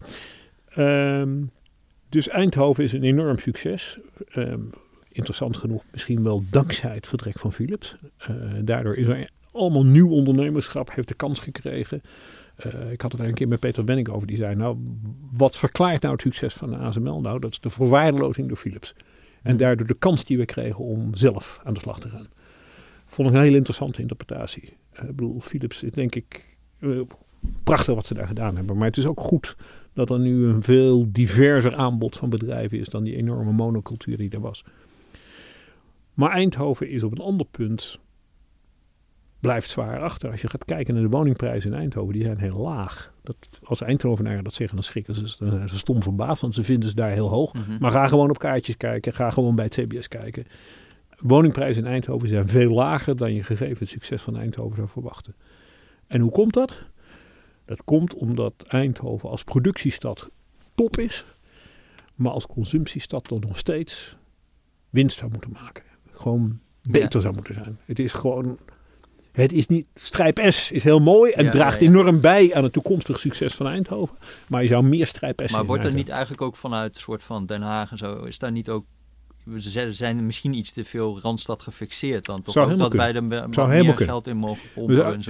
Dus Eindhoven is een enorm succes. Interessant genoeg, misschien wel dankzij het vertrek van Philips. Daardoor is er allemaal nieuw ondernemerschap, heeft de kans gekregen. Ik had het er een keer met Peter Benning over. Die zei, nou, wat verklaart nou het succes van de ASML? Nou, dat is de verwaarlozing door Philips. En daardoor de kans die we kregen om zelf aan de slag te gaan. Vond ik een hele interessante interpretatie. Ik bedoel, Philips is denk ik prachtig wat ze daar gedaan hebben. Maar het is ook goed dat er nu een veel diverser aanbod van bedrijven is dan die enorme monocultuur die er was. Maar Eindhoven is op een ander punt, blijft zwaar achter. Als je gaat kijken naar de woningprijzen in Eindhoven, die zijn heel laag. Als Eindhovenaren dat zeggen, dan schrikken ze. Dan zijn ze stom verbaasd, want ze vinden ze daar heel hoog. Maar ga gewoon op kaartjes kijken. Ga gewoon bij het CBS kijken. Woningprijzen in Eindhoven zijn veel lager dan je gegeven het succes van Eindhoven zou verwachten. En hoe komt dat? Dat komt omdat Eindhoven als productiestad top is, maar als consumptiestad dan nog steeds winst zou moeten maken. Gewoon beter zou moeten zijn. Het is niet, Strijp S is heel mooi en draagt enorm bij aan het toekomstig succes van Eindhoven. Maar je zou meer Strijp S. Maar wordt er niet eigenlijk ook vanuit een soort van Den Haag en zo, is daar niet ook, ze zijn misschien iets te veel Randstad gefixeerd dan toch? Ook dat wij er meer geld in mogen pompen en zo. Ja,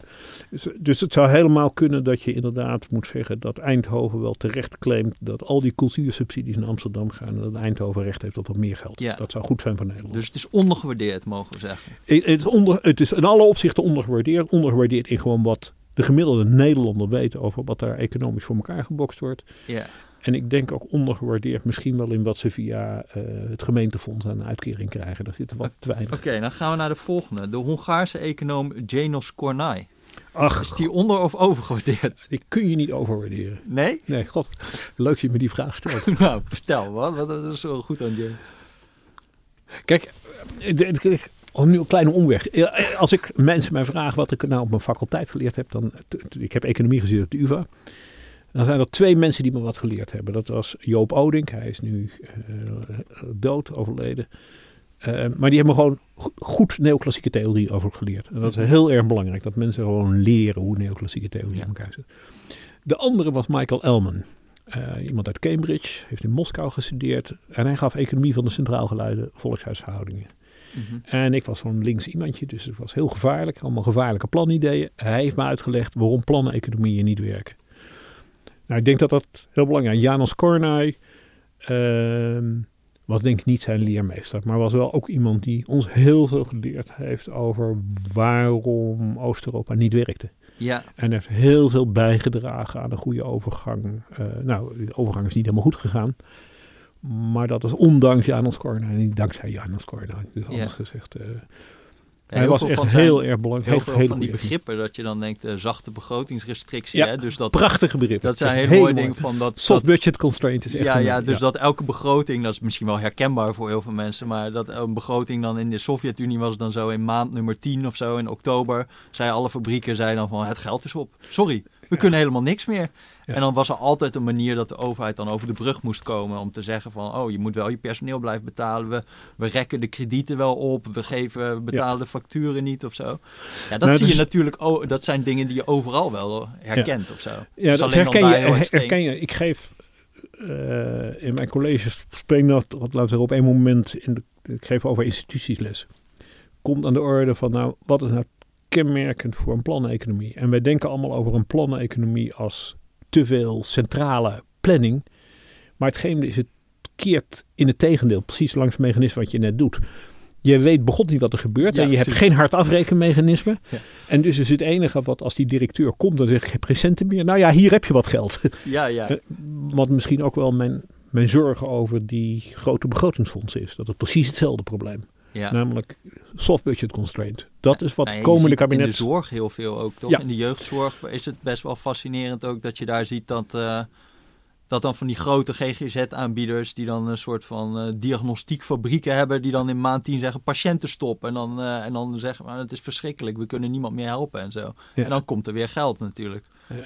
Dus het zou helemaal kunnen dat je inderdaad moet zeggen dat Eindhoven wel terecht claimt dat al die cultuursubsidies naar Amsterdam gaan en dat Eindhoven recht heeft op wat meer geld. Ja. Dat zou goed zijn voor Nederland. Dus het is ondergewaardeerd, mogen we zeggen. Het is in alle opzichten ondergewaardeerd. Ondergewaardeerd in gewoon wat de gemiddelde Nederlander weet over wat daar economisch voor elkaar gebokst wordt. Ja. En ik denk ook ondergewaardeerd misschien wel in wat ze via het gemeentefonds aan een uitkering krijgen. Daar zitten wat te weinig. Oké, dan gaan we naar de volgende. De Hongaarse econoom János Kornai. Ach, is die onder- of overgewaardeerd? Die kun je niet overwaarderen. Nee? Nee, god. Leuk dat je me die vraag stelt. Nou, vertel. Wat is zo goed aan James? Kijk, nu een kleine omweg. Als ik mensen mij vragen wat ik nou op mijn faculteit geleerd heb. Ik heb economie gestudeerd op de UvA. Dan zijn er 2 mensen die me wat geleerd hebben. Dat was Joop Odink. Hij is nu dood, overleden. Maar die hebben me gewoon goed neoclassieke theorie over geleerd. En dat is heel erg belangrijk. Dat mensen gewoon leren hoe neoclassieke theorie in elkaar zit. De andere was Michael Ellman. Iemand uit Cambridge. Heeft in Moskou gestudeerd. En hij gaf economie van de centraal geleide volkshuisverhoudingen. Mm-hmm. En ik was zo'n links iemandje. Dus het was heel gevaarlijk. Allemaal gevaarlijke planideeën. Hij heeft me uitgelegd waarom plannen-economieën niet werken. Nou, ik denk dat dat heel belangrijk is. János Kornai was denk ik niet zijn leermeester. Maar was wel ook iemand die ons heel veel geleerd heeft over waarom Oost-Europa niet werkte. Ja. En heeft heel veel bijgedragen aan een goede overgang. De overgang is niet helemaal goed gegaan. Maar dat is ondanks János Kornai en niet dankzij János Kornai. Dus anders gezegd... hij was echt heel erg belangrijk. Heel veel van die begrippen dat je dan denkt, zachte begrotingsrestrictie. Ja, hè? Dus dat, prachtige begrippen. Dat zijn hele mooie dingen van dat... Soft budget constraint is echt dus dat elke begroting, dat is misschien wel herkenbaar voor heel veel mensen, maar dat een begroting dan in de Sovjet-Unie was dan zo in maand nummer 10 of zo, in oktober, alle fabrieken zeiden dan van het geld is op. Sorry, we kunnen helemaal niks meer. Ja. En dan was er altijd een manier dat de overheid dan over de brug moest komen om te zeggen van, je moet wel je personeel blijven betalen. We rekken de kredieten wel op. We betalen de facturen niet of zo. Ja, dat zie je natuurlijk. Dat zijn dingen die je overal wel herkent of zo. Ja, dat herken je. Ik geef in mijn colleges, laten we op een moment, ik geef over instituties les. Komt aan de orde van, wat is nou kenmerkend voor een planeconomie? En wij denken allemaal over een planeconomie als te veel centrale planning. Maar hetgeen is, het keert in het tegendeel. Precies langs het mechanisme wat je net doet. Je weet begot niet wat er gebeurt. En je hebt geen hard afrekenmechanisme. Ja. En dus is het enige wat als die directeur komt, dan zeg ik geen centen meer. Nou ja, hier heb je wat geld. Ja. Wat misschien ook wel mijn zorgen over die grote begrotingsfondsen is. Dat het precies hetzelfde probleem. Ja. Namelijk soft budget constraint. Dat is wat komende kabinet... In de zorg heel veel ook, toch? Ja. In de jeugdzorg is het best wel fascinerend ook dat je daar ziet dat dan van die grote GGZ-aanbieders die dan een soort van diagnostiekfabrieken hebben die dan in maand 10 zeggen patiënten stop en dan zeggen maar het is verschrikkelijk, we kunnen niemand meer helpen en zo. Ja. En dan komt er weer geld natuurlijk.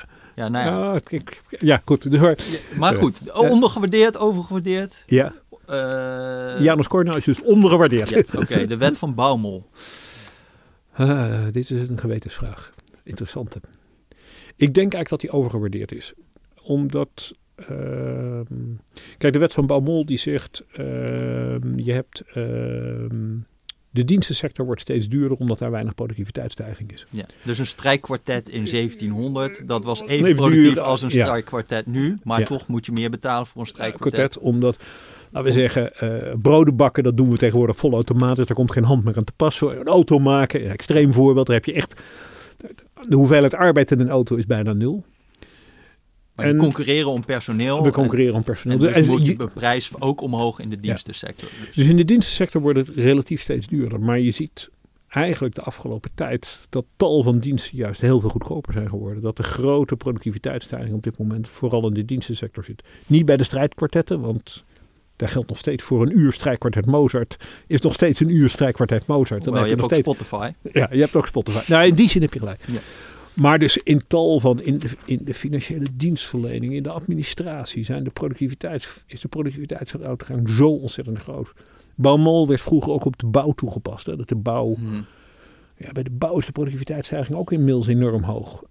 Ja, goed. Maar goed, ondergewaardeerd, overgewaardeerd. Ja. János Kornai is dus ondergewaardeerd. Ja, Oké, de wet van Baumol. Dit is een gewetensvraag. Interessante. Ik denk eigenlijk dat die overgewaardeerd is. Omdat... kijk, de wet van Baumol die zegt... je hebt... de dienstensector wordt steeds duurder omdat daar weinig productiviteitsstijging is. Ja, dus een strijkkwartet in 1700, dat was even productief als een strijkkwartet nu. Maar toch moet je meer betalen voor een strijkkwartet. Omdat... Laten we zeggen, broden bakken, dat doen we tegenwoordig volautomatisch. Daar komt geen hand meer aan te pas. Een auto maken, extreem voorbeeld. Daar heb je echt... De hoeveelheid arbeid in een auto is bijna 0. Maar we concurreren om personeel. We concurreren om personeel. En dus moet de prijs ook omhoog in de dienstensector. Ja. Dus in de dienstensector wordt het relatief steeds duurder. Maar je ziet eigenlijk de afgelopen tijd dat tal van diensten juist heel veel goedkoper zijn geworden. Dat de grote productiviteitsstijging op dit moment vooral in de dienstensector zit. Niet bij de strijdkwartetten, want... Daar geldt nog steeds voor een uur strijkkwartet Mozart. Is nog steeds een uur strijkkwartet Mozart. Dan je hebt ook Spotify. Ja, je hebt ook Spotify. Nou, in die zin heb je gelijk. Ja. Maar dus in tal van in de financiële dienstverlening, in de administratie, is de productiviteitsveruitgang zo ontzettend groot. Baumol werd vroeger ook op de bouw toegepast. Hè? Dat de bouw, bij de bouw is de productiviteitsstijging ook inmiddels enorm hoog.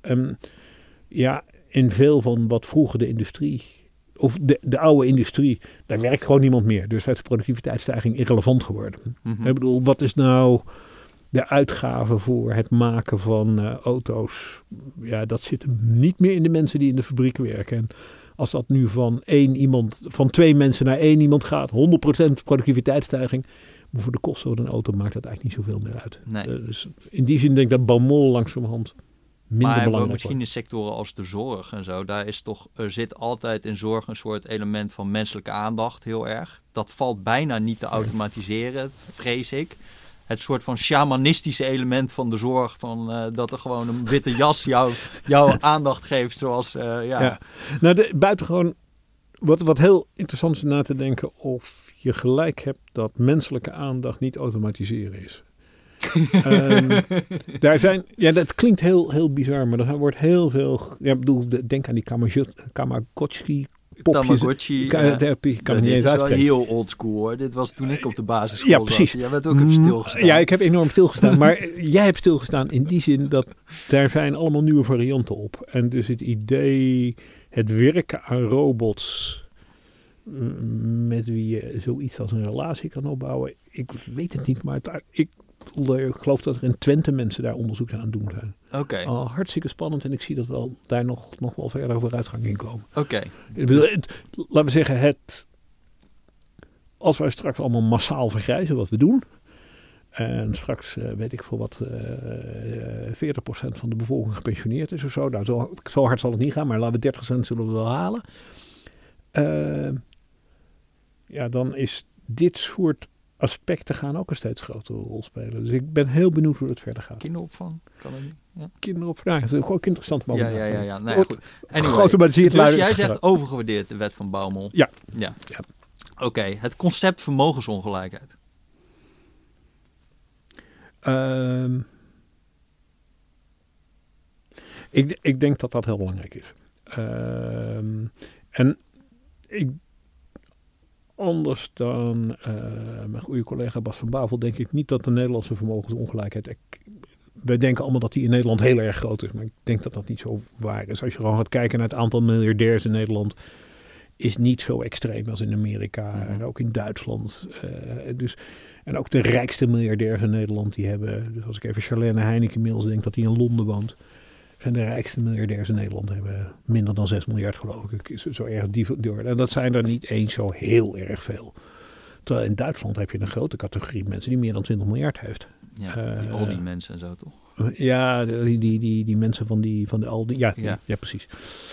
In veel van wat vroeger de industrie... Of de oude industrie, daar werkt gewoon niemand meer. Dus is de productiviteitsstijging irrelevant geworden. Mm-hmm. Ik bedoel, wat is nou de uitgaven voor het maken van auto's, ja, dat zit hem niet meer in de mensen die in de fabriek werken. En als dat nu van 2 mensen naar 1 iemand gaat, 100% productiviteitsstijging, maar voor de kosten van een auto maakt dat eigenlijk niet zoveel meer uit. Nee. Dus in die zin denk ik dat Balmol langzamerhand minder belangrijk wordt. Misschien in sectoren als de zorg en zo, er zit altijd in zorg een soort element van menselijke aandacht heel erg. Dat valt bijna niet te automatiseren, vrees ik. Het soort van shamanistische element van de zorg, van dat er gewoon een witte jas jouw aandacht geeft, zoals Ja. Nou, buitengewoon, wat heel interessant is na te denken of je gelijk hebt dat menselijke aandacht niet automatiseren is. Dat klinkt heel bizar, maar er wordt heel veel. Ja, denk aan die Tamagotchi. Tamagotchi. Dit is wel heel oldschool hoor. Dit was toen ik op de basisschool zat. Precies. Jij bent ook even stilgestaan. Ja, ik heb enorm stilgestaan. Maar jij hebt stilgestaan in die zin dat daar zijn allemaal nieuwe varianten op. En dus het idee, het werken aan robots met wie je zoiets als een relatie kan opbouwen. Ik weet het niet, maar ik geloof dat er in Twente mensen daar onderzoek aan doen zijn. Oké. Hartstikke spannend en ik zie dat wel daar nog wel verder vooruitgang in komen. Oké. Laten we zeggen, als wij straks allemaal massaal vergrijzen wat we doen, en straks weet ik veel wat 40% van de bevolking gepensioneerd is of zo. Nou, zo hard zal het niet gaan, maar laten we 30% zullen we wel halen. Dan is dit soort aspecten gaan ook een steeds grotere rol spelen. Dus ik ben heel benieuwd hoe dat verder gaat. Kinderopvang, kan dat niet? Ja. Kinderopvang, dat is ook interessant. Ja. Nee, goed. Anyway, dus jij zegt overgewaardeerd, de wet van Baumol. Ja. Oké, het concept vermogensongelijkheid. Ik denk dat dat heel belangrijk is. En anders dan mijn goede collega Bas van Bavel denk ik niet dat de Nederlandse vermogensongelijkheid. Wij denken allemaal dat die in Nederland heel erg groot is, maar ik denk dat dat niet zo waar is. Als je gewoon gaat kijken naar het aantal miljardairs in Nederland, is niet zo extreem als in Amerika en ook in Duitsland. En ook de rijkste miljardairs in Nederland, die hebben, dus als ik even Charlene Heineken inmiddels denk dat hij in Londen woont, zijn de rijkste miljardairs in Nederland hebben minder dan 6 miljard geloof ik. Zo erg die. En dat zijn er niet eens zo heel erg veel. Terwijl in Duitsland heb je een grote categorie mensen die meer dan 20 miljard heeft. Ja, al die mensen en zo toch? Ja, die mensen van de Aldi. Ja, precies.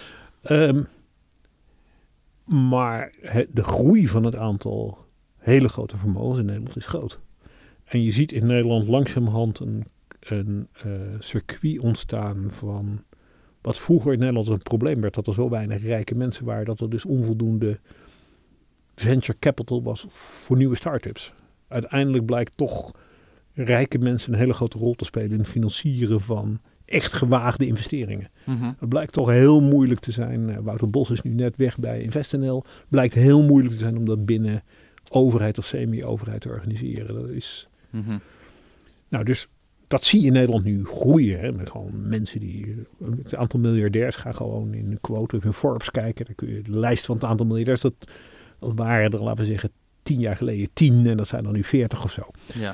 Maar de groei van het aantal hele grote vermogens in Nederland is groot. En je ziet in Nederland langzamerhand een circuit ontstaan van wat vroeger in Nederland een probleem werd. Dat er zo weinig rijke mensen waren dat er dus onvoldoende venture capital was voor nieuwe start-ups. Uiteindelijk blijkt toch rijke mensen een hele grote rol te spelen in het financieren van echt gewaagde investeringen. Mm-hmm. Het blijkt toch heel moeilijk te zijn. Wouter Bos is nu net weg bij InvestNL. Blijkt heel moeilijk te zijn om dat binnen overheid of semi-overheid te organiseren. Dat is. Mm-hmm. Nou, dus dat zie je in Nederland nu groeien. Hè, met gewoon mensen die. Het aantal miljardairs gaan gewoon in een quote of in Forbes kijken. Dan kun je de lijst van het aantal miljardairs. Dat waren er, laten we zeggen, 10 jaar geleden 10 en dat zijn er nu 40 of zo. Ja.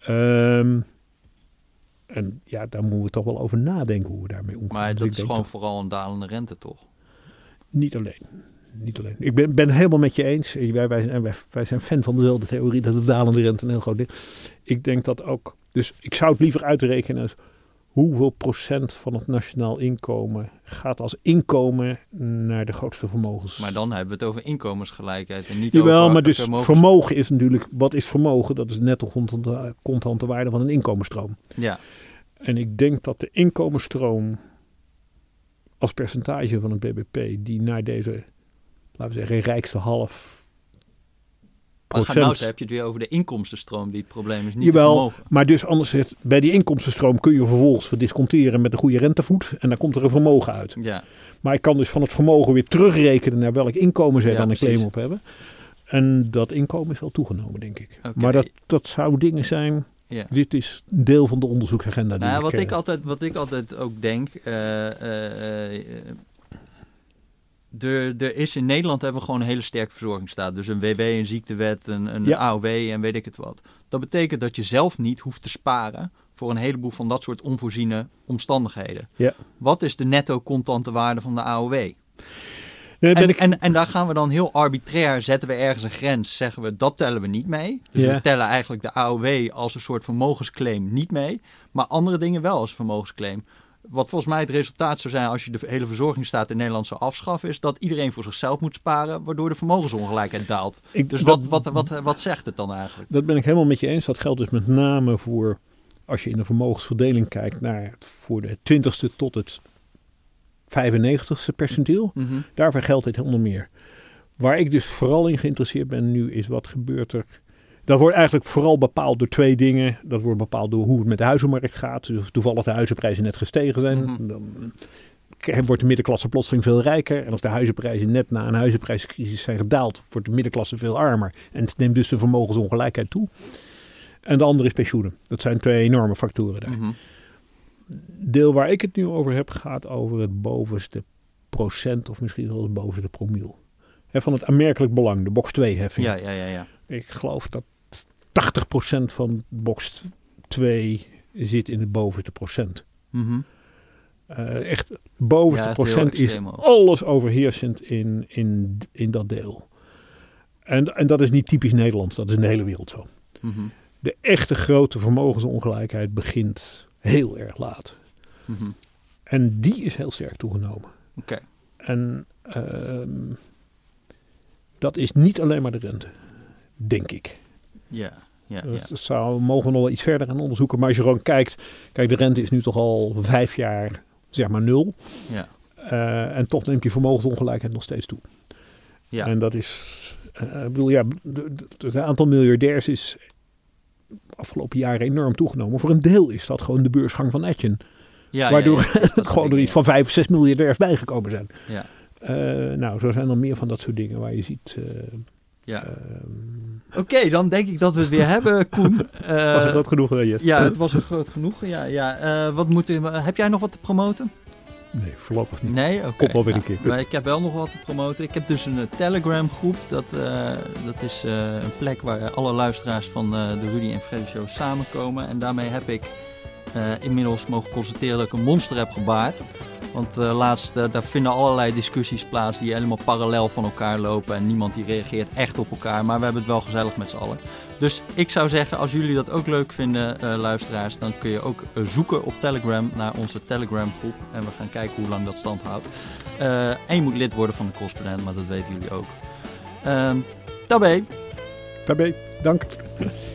En ja, daar moeten we toch wel over nadenken hoe we daarmee omgaan. Maar dat is gewoon vooral een dalende rente, toch? Niet alleen. Ik ben helemaal met je eens. Wij zijn fan van dezelfde theorie dat de dalende rente een heel groot ding. Ik denk dat ook. Dus ik zou het liever uitrekenen als hoeveel procent van het nationaal inkomen gaat als inkomen naar de grootste vermogens. Maar dan hebben we het over inkomensgelijkheid en niet Jawel, over maar dus vermogens. vermogen is natuurlijk, wat is vermogen? Dat is netto contante waarde van een inkomensstroom. Ja. En ik denk dat de inkomensstroom als percentage van het BBP die naar deze, laten we zeggen, rijkste half procent. Nou, heb je het weer over de inkomstenstroom die het probleem is, niet Jawel, de vermogen. Maar dus anders bij die inkomstenstroom kun je vervolgens verdisconteren met een goede rentevoet en dan komt er een vermogen uit. Ja. Maar ik kan dus van het vermogen weer terugrekenen naar welk inkomen zij dan een claim precies op hebben. En dat inkomen is wel toegenomen, denk ik. Okay. Maar dat zou dingen zijn. Ja. Dit is een deel van de onderzoeksagenda. Nou, wat ik altijd ook denk. Er is in Nederland hebben we gewoon een hele sterke verzorgingsstaat. Dus een WW, een ziektewet, een AOW en weet ik het wat. Dat betekent dat je zelf niet hoeft te sparen voor een heleboel van dat soort onvoorziene omstandigheden. Ja. Wat is de netto contante waarde van de AOW? Nee, En daar gaan we dan heel arbitrair, zetten we ergens een grens, zeggen we dat tellen we niet mee. Dus we tellen eigenlijk de AOW als een soort vermogensclaim niet mee, maar andere dingen wel als vermogensclaim. Wat volgens mij het resultaat zou zijn als je de hele verzorgingsstaat in Nederland zou afschaffen, is dat iedereen voor zichzelf moet sparen, waardoor de vermogensongelijkheid daalt. Wat zegt het dan eigenlijk? Dat ben ik helemaal met je eens. Dat geldt dus met name voor, als je in de vermogensverdeling kijkt, naar voor de 20ste tot het 95ste percentiel. Mm-hmm. Daarvoor geldt dit helemaal meer. Waar ik dus vooral in geïnteresseerd ben nu is wat gebeurt er. Dat wordt eigenlijk vooral bepaald door twee dingen. Dat wordt bepaald door hoe het met de huizenmarkt gaat. Dus toevallig de huizenprijzen net gestegen zijn. Mm-hmm. Dan wordt de middenklasse plotseling veel rijker. En als de huizenprijzen net na een huizenprijscrisis zijn gedaald, wordt de middenklasse veel armer. En het neemt dus de vermogensongelijkheid toe. En de andere is pensioenen. Dat zijn twee enorme factoren daar. Mm-hmm. Deel waar ik het nu over heb gaat over het bovenste procent of misschien wel het bovenste promiel. Van het aanmerkelijk belang, de box 2 heffing. Ja. Ik geloof dat 80% van box 2 zit in het bovenste procent. Mm-hmm. Echt, het bovenste procent is alles overheersend in dat deel. En dat is niet typisch Nederlands, dat is in de hele wereld zo. Mm-hmm. De echte grote vermogensongelijkheid begint heel erg laat. Mm-hmm. En die is heel sterk toegenomen. Okay. En dat is niet alleen maar de rente, denk ik. Ja. Dat mogen we nog wel iets verder gaan onderzoeken. Maar als je gewoon kijkt, de rente is nu toch al 5 jaar, zeg maar 0. Ja. En toch neemt die vermogensongelijkheid nog steeds toe. Ja. En dat is, het aantal miljardairs is afgelopen jaren enorm toegenomen. Voor een deel is dat gewoon de beursgang van Action. Waardoor gewoon er iets van 5 of 6 miljardairs bijgekomen zijn. Ja. Zo zijn er meer van dat soort dingen waar je ziet. Oké, dan denk ik dat we het weer hebben, Koen. Was het groot genoeg, Jes? Ja, het was een groot genoeg. Heb jij nog wat te promoten? Nee, voorlopig niet. Nee? Oké. Komt wel weer een keer. Maar ik heb wel nog wat te promoten. Ik heb dus een Telegram groep. Dat is een plek waar alle luisteraars van de Rudy en Freddy Show samenkomen. En daarmee heb ik inmiddels mogen constateren dat ik een monster heb gebaard. Want laatst, daar vinden allerlei discussies plaats die helemaal parallel van elkaar lopen. En niemand die reageert echt op elkaar. Maar we hebben het wel gezellig met z'n allen. Dus ik zou zeggen, als jullie dat ook leuk vinden, luisteraars, dan kun je ook zoeken op Telegram naar onze Telegram groep. En we gaan kijken hoe lang dat stand houdt. En je moet lid worden van de correspondent, maar dat weten jullie ook. Tabé. Dank.